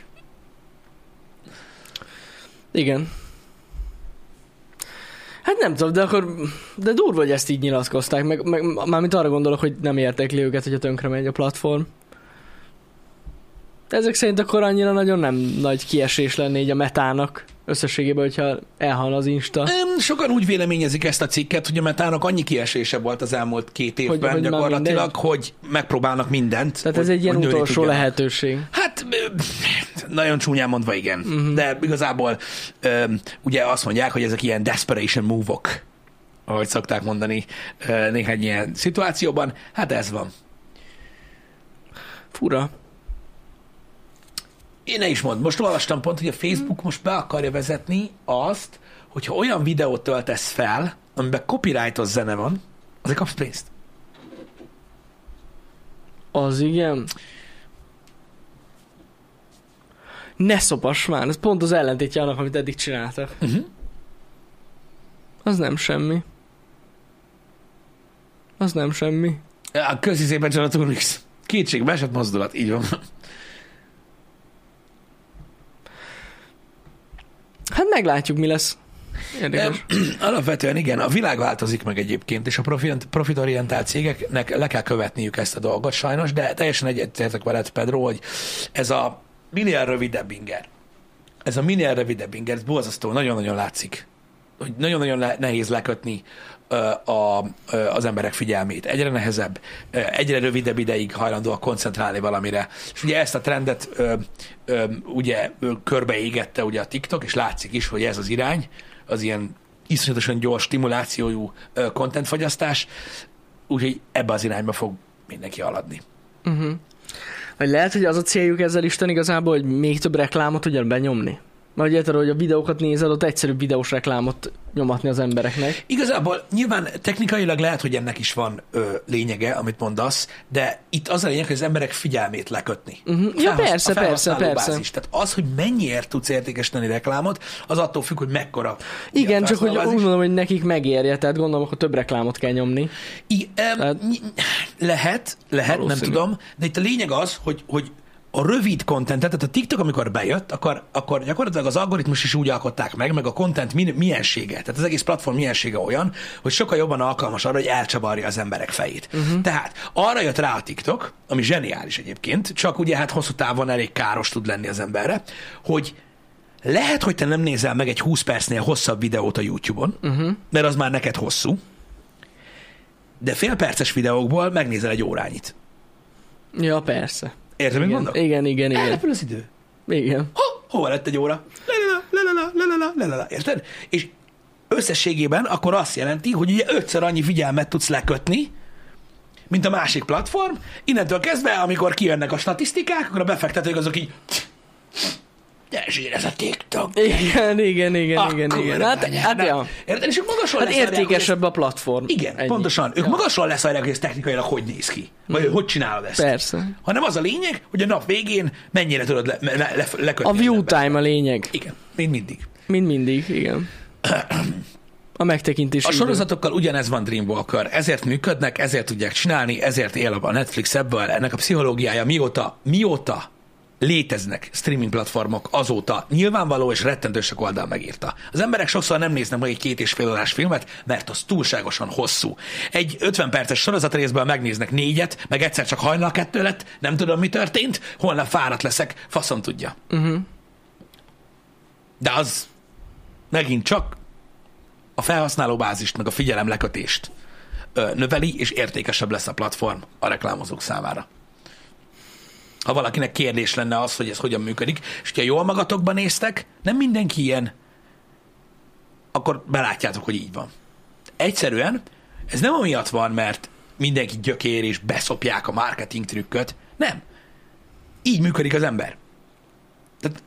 Igen. Hát nem tudom, de akkor de durva, hogy ezt így nyilatkozták, meg, meg mármint arra gondolok, hogy nem értekli őket, hogyha tönkre megy a platform. De ezek szerint akkor annyira nagyon nem nagy kiesés lenne így a metának összességében, hogyha elhal az Insta. Sokan úgy véleményezik ezt a cikket, hogy a metának annyi kiesése volt az elmúlt két évben hogy, hogy gyakorlatilag, hogy megpróbálnak mindent. Tehát ez egy ilyen utolsó tudjanak. Lehetőség. Hát nagyon csúnyán mondva igen. Uh-huh. De igazából ugye azt mondják, hogy ezek ilyen desperation move-ok, ahogy szokták mondani néhány ilyen szituációban. Hát ez van. Fura. Én ne is mond. Most olvastam pont, hogy a Facebook most be akarja vezetni azt, hogyha olyan videót töltesz fel, amiben copyrightos zene van, azért kapsz pénzt. Az igen. Ne szopass már, ez pont az ellentétje annak, amit eddig csináltak. Uh-huh. Az nem semmi. Az nem semmi. Ja, köszi szépen, John Turmix. Kétségbe esett mozdulat, így van. Hát meglátjuk, mi lesz. Érdekes. Alapvetően igen, a világ változik meg egyébként, és a profitorientált cégeknek le kell követniük ezt a dolgot sajnos, de teljesen egyetértek veled, Pedro, hogy ez a minél rövidebb inger, ez a minél rövidebb inger, ez borzasztó, nagyon-nagyon látszik, hogy nagyon-nagyon le- nehéz lekötni a, a, az emberek figyelmét. Egyre nehezebb, egyre rövidebb ideig hajlandóak koncentrálni valamire. És ugye ezt a trendet ö, ö, ugye körbeégette ugye a TikTok, és látszik is, hogy ez az irány, az ilyen iszonyatosan gyors stimulációjú contentfogyasztás, úgyhogy ebbe az irányba fog mindenki haladni. Uh-huh. Vagy lehet, hogy az a céljuk ezzel Isten igazából, hogy még több reklámot tudjon benyomni? Mert ugye hogy a videókat nézel, ott egyszerűbb videós reklámot nyomatni az embereknek. Igazából nyilván technikailag lehet, hogy ennek is van ö, lényege, amit mondasz, de itt az a lényeg, hogy az emberek figyelmét lekötni. Uh-huh. Ja, Felhasz, persze, persze, persze. Bázis. Tehát az, hogy mennyiért tudsz értékesíteni reklámot, az attól függ, hogy mekkora. Igen, csak hogy úgy mondom, hogy nekik megérje, tehát gondolom, akkor több reklámot kell nyomni. I, em, tehát... Lehet, lehet, nem tudom, de itt a lényeg az, hogy, hogy a rövid contentet, tehát a TikTok, amikor bejött, akkor, akkor gyakorlatilag az algoritmus is úgy alkották meg, meg a content miensége, tehát az egész platform miensége olyan, hogy sokkal jobban alkalmas arra, hogy elcsavarja az emberek fejét. Uh-huh. Tehát arra jött rá a TikTok, ami zseniális egyébként, csak ugye hát hosszú távon elég káros tud lenni az emberre, hogy lehet, hogy te nem nézel meg egy húsz percnél hosszabb videót a YouTube-on, uh-huh. mert az már neked hosszú, de félperces videókból megnézel egy órányit. Ja, persze. Érted, mit mondok? Igen, igen, igen. Elrepül az idő. Igen. Ha, hova lett egy óra? Lelala, lelala, lelala, lelala. Érted? És összességében akkor azt jelenti, hogy ugye ötször annyi figyelmet tudsz lekötni, mint a másik platform. Innentől kezdve, amikor kijönnek a statisztikák, akkor a befektetők azok így gyere, ez a TikTok. Igen, igen, igen, igen, igen. Hát, hát, ja. Érted? És ők magasról hát leszarják, értékesebb ez... a platform. Igen, Ennyi. pontosan. Ők ja. magasról leszarják, hogy ez technikailag hogy néz ki. Vagy mm. hogy csinálod ezt. Persze. Hanem az a lényeg, hogy a nap végén mennyire tudod le, le, le, lekötni. A view time a lényeg. Igen, mint mindig. Mint mindig, igen. A megtekintés. A sorozatokkal ugyanez van Dreamwalker. Ezért működnek, ezért tudják csinálni, ezért él a Netflix ebből. Ennek a pszichológiája mióta, mióta léteznek streaming platformok, azóta nyilvánvaló és rettentő sok oldal megírta. Az emberek sokszor nem néznek meg egy két és fél órás filmet, mert az túlságosan hosszú. Egy ötven perces sorozatrészből megnéznek négyet, meg egyszer csak hajnal kettő lett, nem tudom, mi történt, holnap fáradt leszek, faszom tudja. Uh-huh. De az megint csak a felhasználóbázist, meg a figyelemlekötést ö, növeli, és értékesebb lesz a platform a reklámozók számára. Ha valakinek kérdés lenne az, hogy ez hogyan működik, és ha jól magatokban néztek, nem mindenki ilyen, akkor belátjátok, hogy így van. Egyszerűen ez nem amiatt van, mert mindenki gyökér és beszopják a marketing trükköt. Nem. Így működik az ember. Tehát,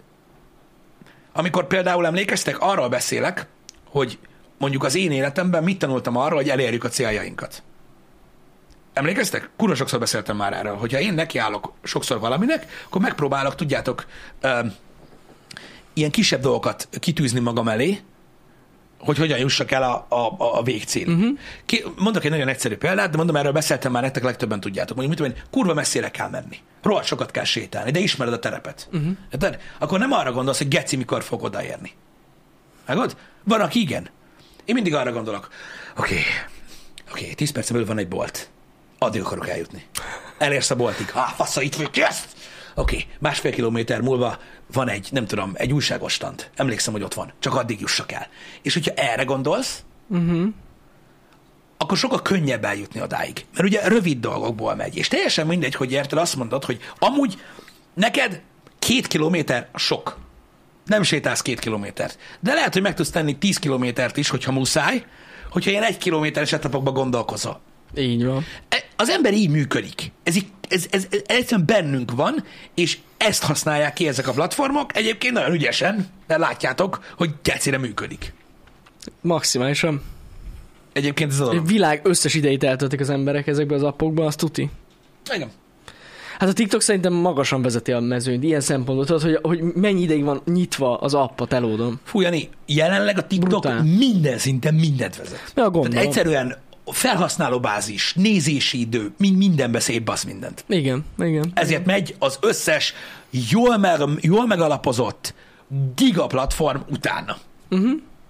amikor például emlékeztek, arról beszélek, hogy mondjuk az én életemben mit tanultam arról, hogy elérjük a céljainkat. Emlékeztek? Kurva sokszor beszéltem már erről, hogyha én nekiállok sokszor valaminek, akkor megpróbálok, tudjátok, ö, ilyen kisebb dolgokat kitűzni magam elé, hogy hogyan jussak el a, a, a végcél. Uh-huh. Mondok egy nagyon egyszerű példát, de mondom, erről beszéltem már, nektek legtöbben tudjátok. Mondjuk, mit tudom én, kurva messzire kell menni. Rohadt sokat kell sétálni, de ismered a terepet. Uh-huh. Akkor nem arra gondolsz, hogy geci, mikor fog odaérni. Megod? Van, aki igen. Én mindig arra gondolok, oké, okay, oké, okay, tíz percen belül van egy bolt. Addig akarok eljutni. Elérsz a boltig. Ah, fasza, itt vagyok, yes! Oké, okay, másfél kilométer múlva van egy, nem tudom, egy újságos stand. Emlékszem, hogy ott van. Csak addig jussak el. És hogyha erre gondolsz, uh-huh. akkor sokkal könnyebb eljutni odáig. Mert ugye rövid dolgokból megy. És teljesen mindegy, hogy érted, azt mondod, hogy amúgy neked két kilométer sok. Nem sétálsz két kilométert. De lehet, hogy meg tudsz tenni tíz kilométert is, hogyha muszáj, hogyha ilyen egy kilométeres etapokban gondolkozol. Így van. Az ember így működik. Ez, ez, ez, ez egyszerűen bennünk van, és ezt használják ki ezek a platformok. Egyébként nagyon ügyesen, de látjátok, hogy gecire működik. Maximálisan. Egyébként ez az a világ összes idejét eltöltik az emberek ezekbe az appokba, azt tuti. Igen. Hát a TikTok szerintem magasan vezeti a mezőnyt, ilyen szempontból, tudod, hogy, hogy mennyi ideig van nyitva az app a telódon. Fú, Jani, jelenleg a TikTok brutál. Minden szinten mindent vezet. Ja, gondolom. Tehát egyszerűen felhasználóbázis, nézési idő, mind, mindenbe szétbasz mindent. Igen, igen. Ezért megy az összes jól, meg, jól megalapozott gigaplatform utána. Uh-huh.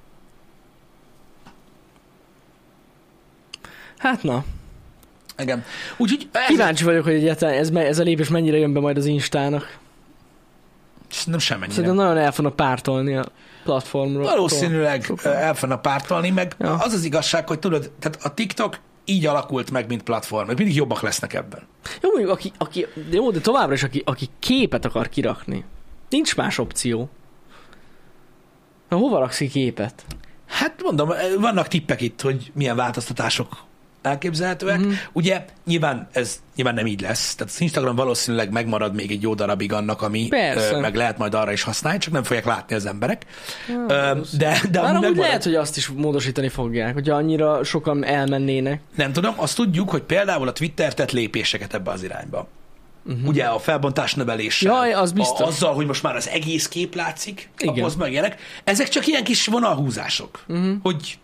Hát na. Igen. Úgyhogy ez... Kíváncsi vagyok, hogy egyáltalán ez, ez a lépés mennyire jön be majd az Instának. Nem semmennyire. Szerintem nagyon el fognak pártolni a platformról. Valószínűleg el fognak pártolni, meg ja. az az igazság, hogy tudod, tehát a TikTok így alakult meg, mint platform, hogy mindig jobbak lesznek ebben. Jó, mondjuk, aki, aki, jó, de továbbra is, aki, aki képet akar kirakni. Nincs más opció. Na, hova raksz ki képet? Hát mondom, vannak tippek itt, hogy milyen változtatások elképzelhetőek. Mm-hmm. Ugye nyilván ez nyilván nem így lesz. Tehát az Instagram valószínűleg megmarad még egy jó darabig annak, ami ö, meg lehet majd arra is használni, csak nem fogják látni az emberek. Ja, ö, de de már amúgy lehet, hogy azt is módosítani fogják, hogyha annyira sokan elmennének. Nem tudom, azt tudjuk, hogy például a Twitter tett lépéseket ebbe az irányba. Uh-huh. Ugye a felbontás növeléssel, Jaj, az biztos. A, azzal, hogy most már az egész kép látszik, ahhoz megjelennek. Ezek csak ilyen kis vonalhúzások, uh-huh. hogy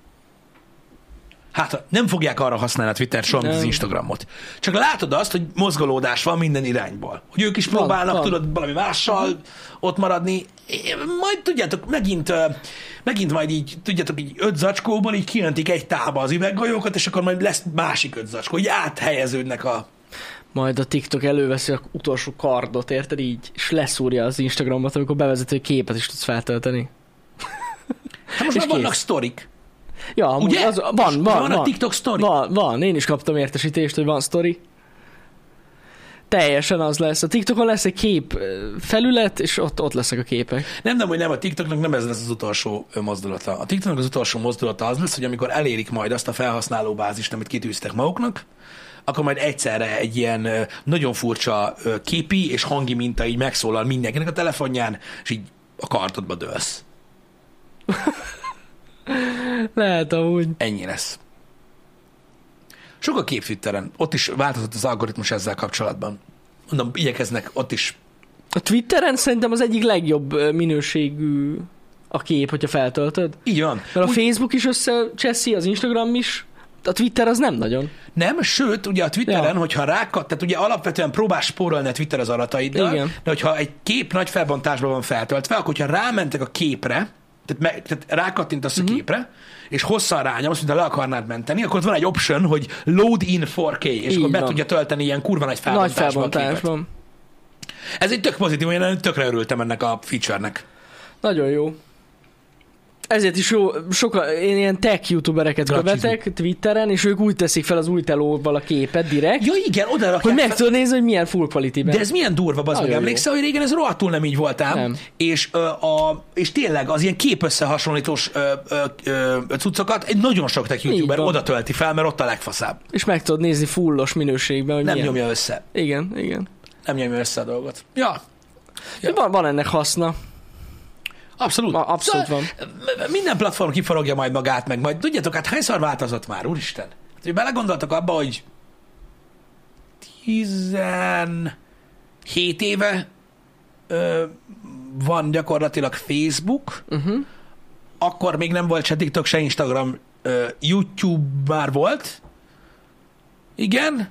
hát nem fogják arra használni a Twittert soha, mint az Instagramot. Csak látod azt, hogy mozgolódás van minden irányból. Hogy ők is próbálnak, van, van. tudod, valami mással uh-huh. ott maradni. Majd tudjátok, megint, megint majd így, tudjátok, így öt zacskóból így kijöntik egy tálba az üveggolyókat, és akkor majd lesz másik öt zacskó, így áthelyeződnek a Majd a TikTok előveszi az utolsó kardot, érted így? És leszúrja az Instagramot, amikor bevezető képet is tudsz feltölteni. Hát most már vannak sztorik. Ja, amúgy ugye? Az, van, van, van, van, a TikTok sztori. Van, van, én is kaptam értesítést, hogy van sztori. Teljesen az lesz. A TikTokon lesz egy kép felület, és ott, ott lesznek a képek. Nem, nem, hogy nem, a TikToknak nem ez lesz az utolsó mozdulata. A TikToknak az utolsó mozdulata az lesz, hogy amikor elérik majd azt a felhasználóbázist, amit kitűztek maguknak, akkor majd egyszerre egy ilyen nagyon furcsa képi és hangi minta így megszólal mindenkinek a telefonján, és így a kartodba dőlsz. Lehet amúgy. Ennyi lesz. Sok a kép Twitteren. Ott is változott az algoritmus ezzel kapcsolatban. Mondom, igyekeznek ott is. A Twitteren szerintem az egyik legjobb minőségű a kép, hogyha feltöltöd. Így van. Mert a Úgy... Facebook is összecseszi, az Instagram is. A Twitter az nem nagyon. Nem, sőt, ugye a Twitteren, ja. hogyha rákat, tehát ugye alapvetően próbálsz spórolni a Twitter az adataiddal, igen. De hogyha egy kép nagy felbontásban van feltöltve, akkor hogyha rámentek a képre, tehát, me, tehát rákattintasz uh-huh. a képre, és hosszan rányomsz, mint ha le akarnád menteni, akkor ott van egy option, hogy load in four K, és így akkor be van. Tudja tölteni ilyen kurva nagy felbontásban. Nagy felbontásban. Ez egy tök pozitív, én tökre örültem ennek a feature-nek. Nagyon jó. Ezért is jó, soka, én ilyen tech youtubereket követek Twitteren, és ők úgy teszik fel az új telóval a képet direkt, ja, igen, oda rakják, hogy meg tudod nézni, hogy milyen full quality-ben. De ez milyen durva, bazd meg, emlékszel, hogy régen ez rohadtul nem így voltál, nem. És, ö, a, és tényleg az ilyen képösszehasonlítós ö, ö, ö, cuccokat egy nagyon sok tech youtuber oda tölti fel, mert ott a legfaszább. És meg tudod nézni fullos minőségben, hogy nem milyen. nyomja össze. Igen, igen. Nem nyomja össze a dolgot. Ja. ja. Van, van ennek haszna. Abszolút. Ma abszolút van. Minden platform kiforogja majd magát, meg majd tudjátok, hát hányszor változott már, úristen? Hát, hogy belegondoltak abba, hogy tizenhét éve ö, van gyakorlatilag Facebook, uh-huh. akkor még nem volt se TikTok, se Instagram, ö, YouTube már volt. Igen.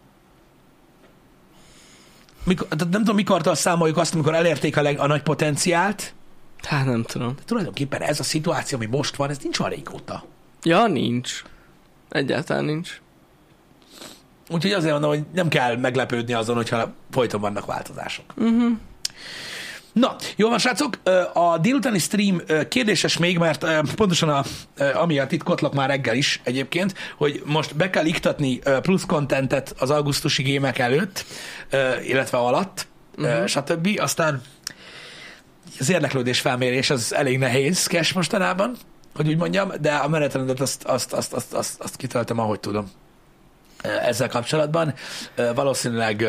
Mikor, nem tudom, mikortól számoljuk azt, amikor elérték a, leg, a nagy potenciált. Hát nem tudom. De tulajdonképpen ez a szituáció, ami most van, ez nincs olyan régóta. Ja, nincs. Egyáltalán nincs. Úgyhogy azért mondom, hogy nem kell meglepődni azon, hogyha folyton vannak változások. Uh-huh. Na, jó van, srácok, a délutáni stream kérdéses még, mert pontosan a, amiatt itt kotlak már reggel is egyébként, hogy most be kell iktatni plusz kontentet az augusztusi gémek előtt, illetve alatt, uh-huh. stb. Aztán az érdeklődés felmérés az elég nehézkes mostanában, hogy úgy mondjam, de a menetrendet azt, azt, azt, azt, azt, azt kitöltöm, ahogy tudom ezzel kapcsolatban. Valószínűleg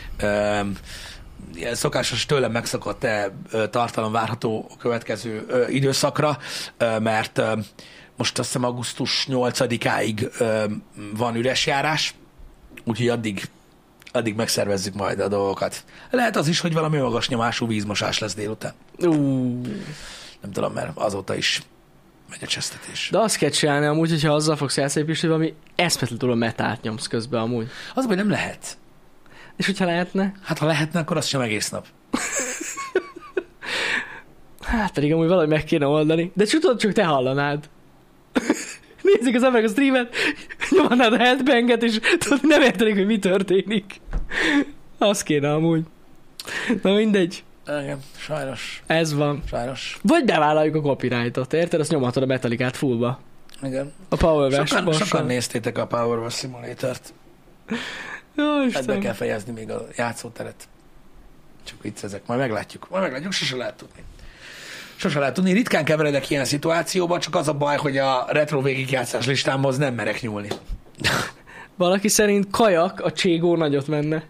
szokásos tőlem megszokott tartalom várható a következő időszakra, mert most azt hiszem augusztus nyolcadikáig van üres járás, úgyhogy addig addig megszervezzük majd a dolgokat. Lehet az is, hogy valami magas nyomású vízmosás lesz délután. Uh. Nem tudom, mert azóta is megy a csesztetés. De azt kell csinálni amúgy, hogyha azzal fogsz játszani, hogy valami eszmetlenül metát nyomsz közben amúgy. Az, hogy nem lehet. És hogyha lehetne? Hát ha lehetne, akkor az sem egész nap. Hát pedig amúgy valahogy meg kéne oldani. De tudod, csak te hallanád. Nézzük az emberek a streamet, nyomanád a headbanget, és tudod, nem értenék, hogy mi történik. Az kéne amúgy. Na mindegy. Igen, sajnos. Ez van. Sajnos. Vagy bevállaljuk a copyrightot, érted? Azt nyomatod a Metallicát fullba. Igen. A Powerwash. Sokan, sokan néztétek a Powerwash Simulator-t. Jó, Isten. Ebbe kell fejezni még a játszóteret. Csak viccezek. Majd meglátjuk. Majd meglátjuk, sose lehet tudni. Sose lehet tudni. Ritkán keveredek ilyen szituációba, csak az a baj, hogy a retro végigjátszás listámhoz nem merek nyúlni. Valaki szerint kajak a Cségó nagyot menne.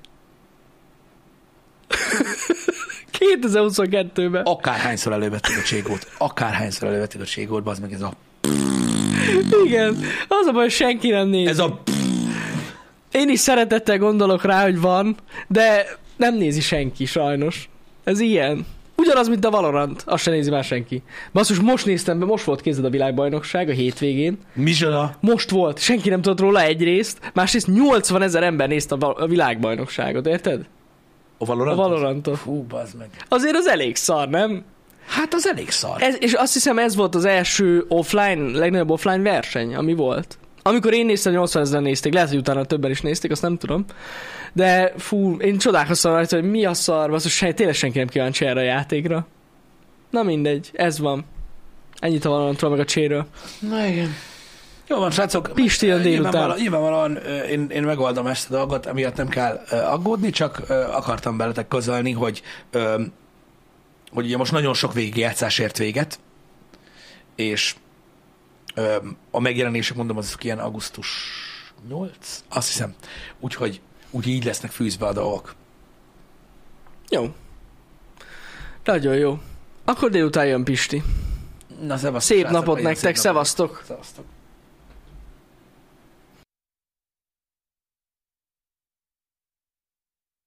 kétezer-huszonkettőben. Akárhányszor elővettük a Cségót. Akárhányszor elővettük a Cségót, bazd meg ez a... Igen. Az a baj, hogy senki nem nézi. Ez a... Én is szeretettel gondolok rá, hogy van, de nem nézi senki, sajnos. Ez ilyen. Ugyanaz, mint a Valorant. Azt se nézi már senki. Basszus, most néztem be, most volt kézed a világbajnokság a hétvégén. Micsoda? Most volt. Senki nem tudott róla egyrészt. Másrészt nyolcvanezer ember nézte a világbajnokságot, érted? A Valorantot? A Valorantot. Fú, bazd meg. Azért az elég szar, nem? Hát az elég szar. Ez, és azt hiszem ez volt az első offline, legnagyobb offline verseny, ami volt. Amikor én néztem, nyolcvanezren nézték, lehet, hogy utána többen is nézték, azt nem tudom. De fú, én csodálkoztam rajta, hogy mi a szar, basszus, sen, tényleg senki nem kíváncsi erre a játékra. Na mindegy, ez van. Ennyit a Valorantról meg a cséről. Na igen. Jó van, srácok. Pisti jön délután. Nyilvánvalóan, nyilvánvalóan én, én megoldom ezt a dolgot, emiatt nem kell aggódni, csak akartam veletek közölni, hogy, hogy ugye most nagyon sok végigjátszás ért véget, és a megjelenések, mondom, azok ilyen augusztus nyolc, azt hiszem. Úgyhogy úgy így lesznek fűzve a dolgok. Jó. Nagyon jó. Akkor délután jön Pisti. Na, szevasztok. Szép napot nektek, szevasztok. Szevasztok.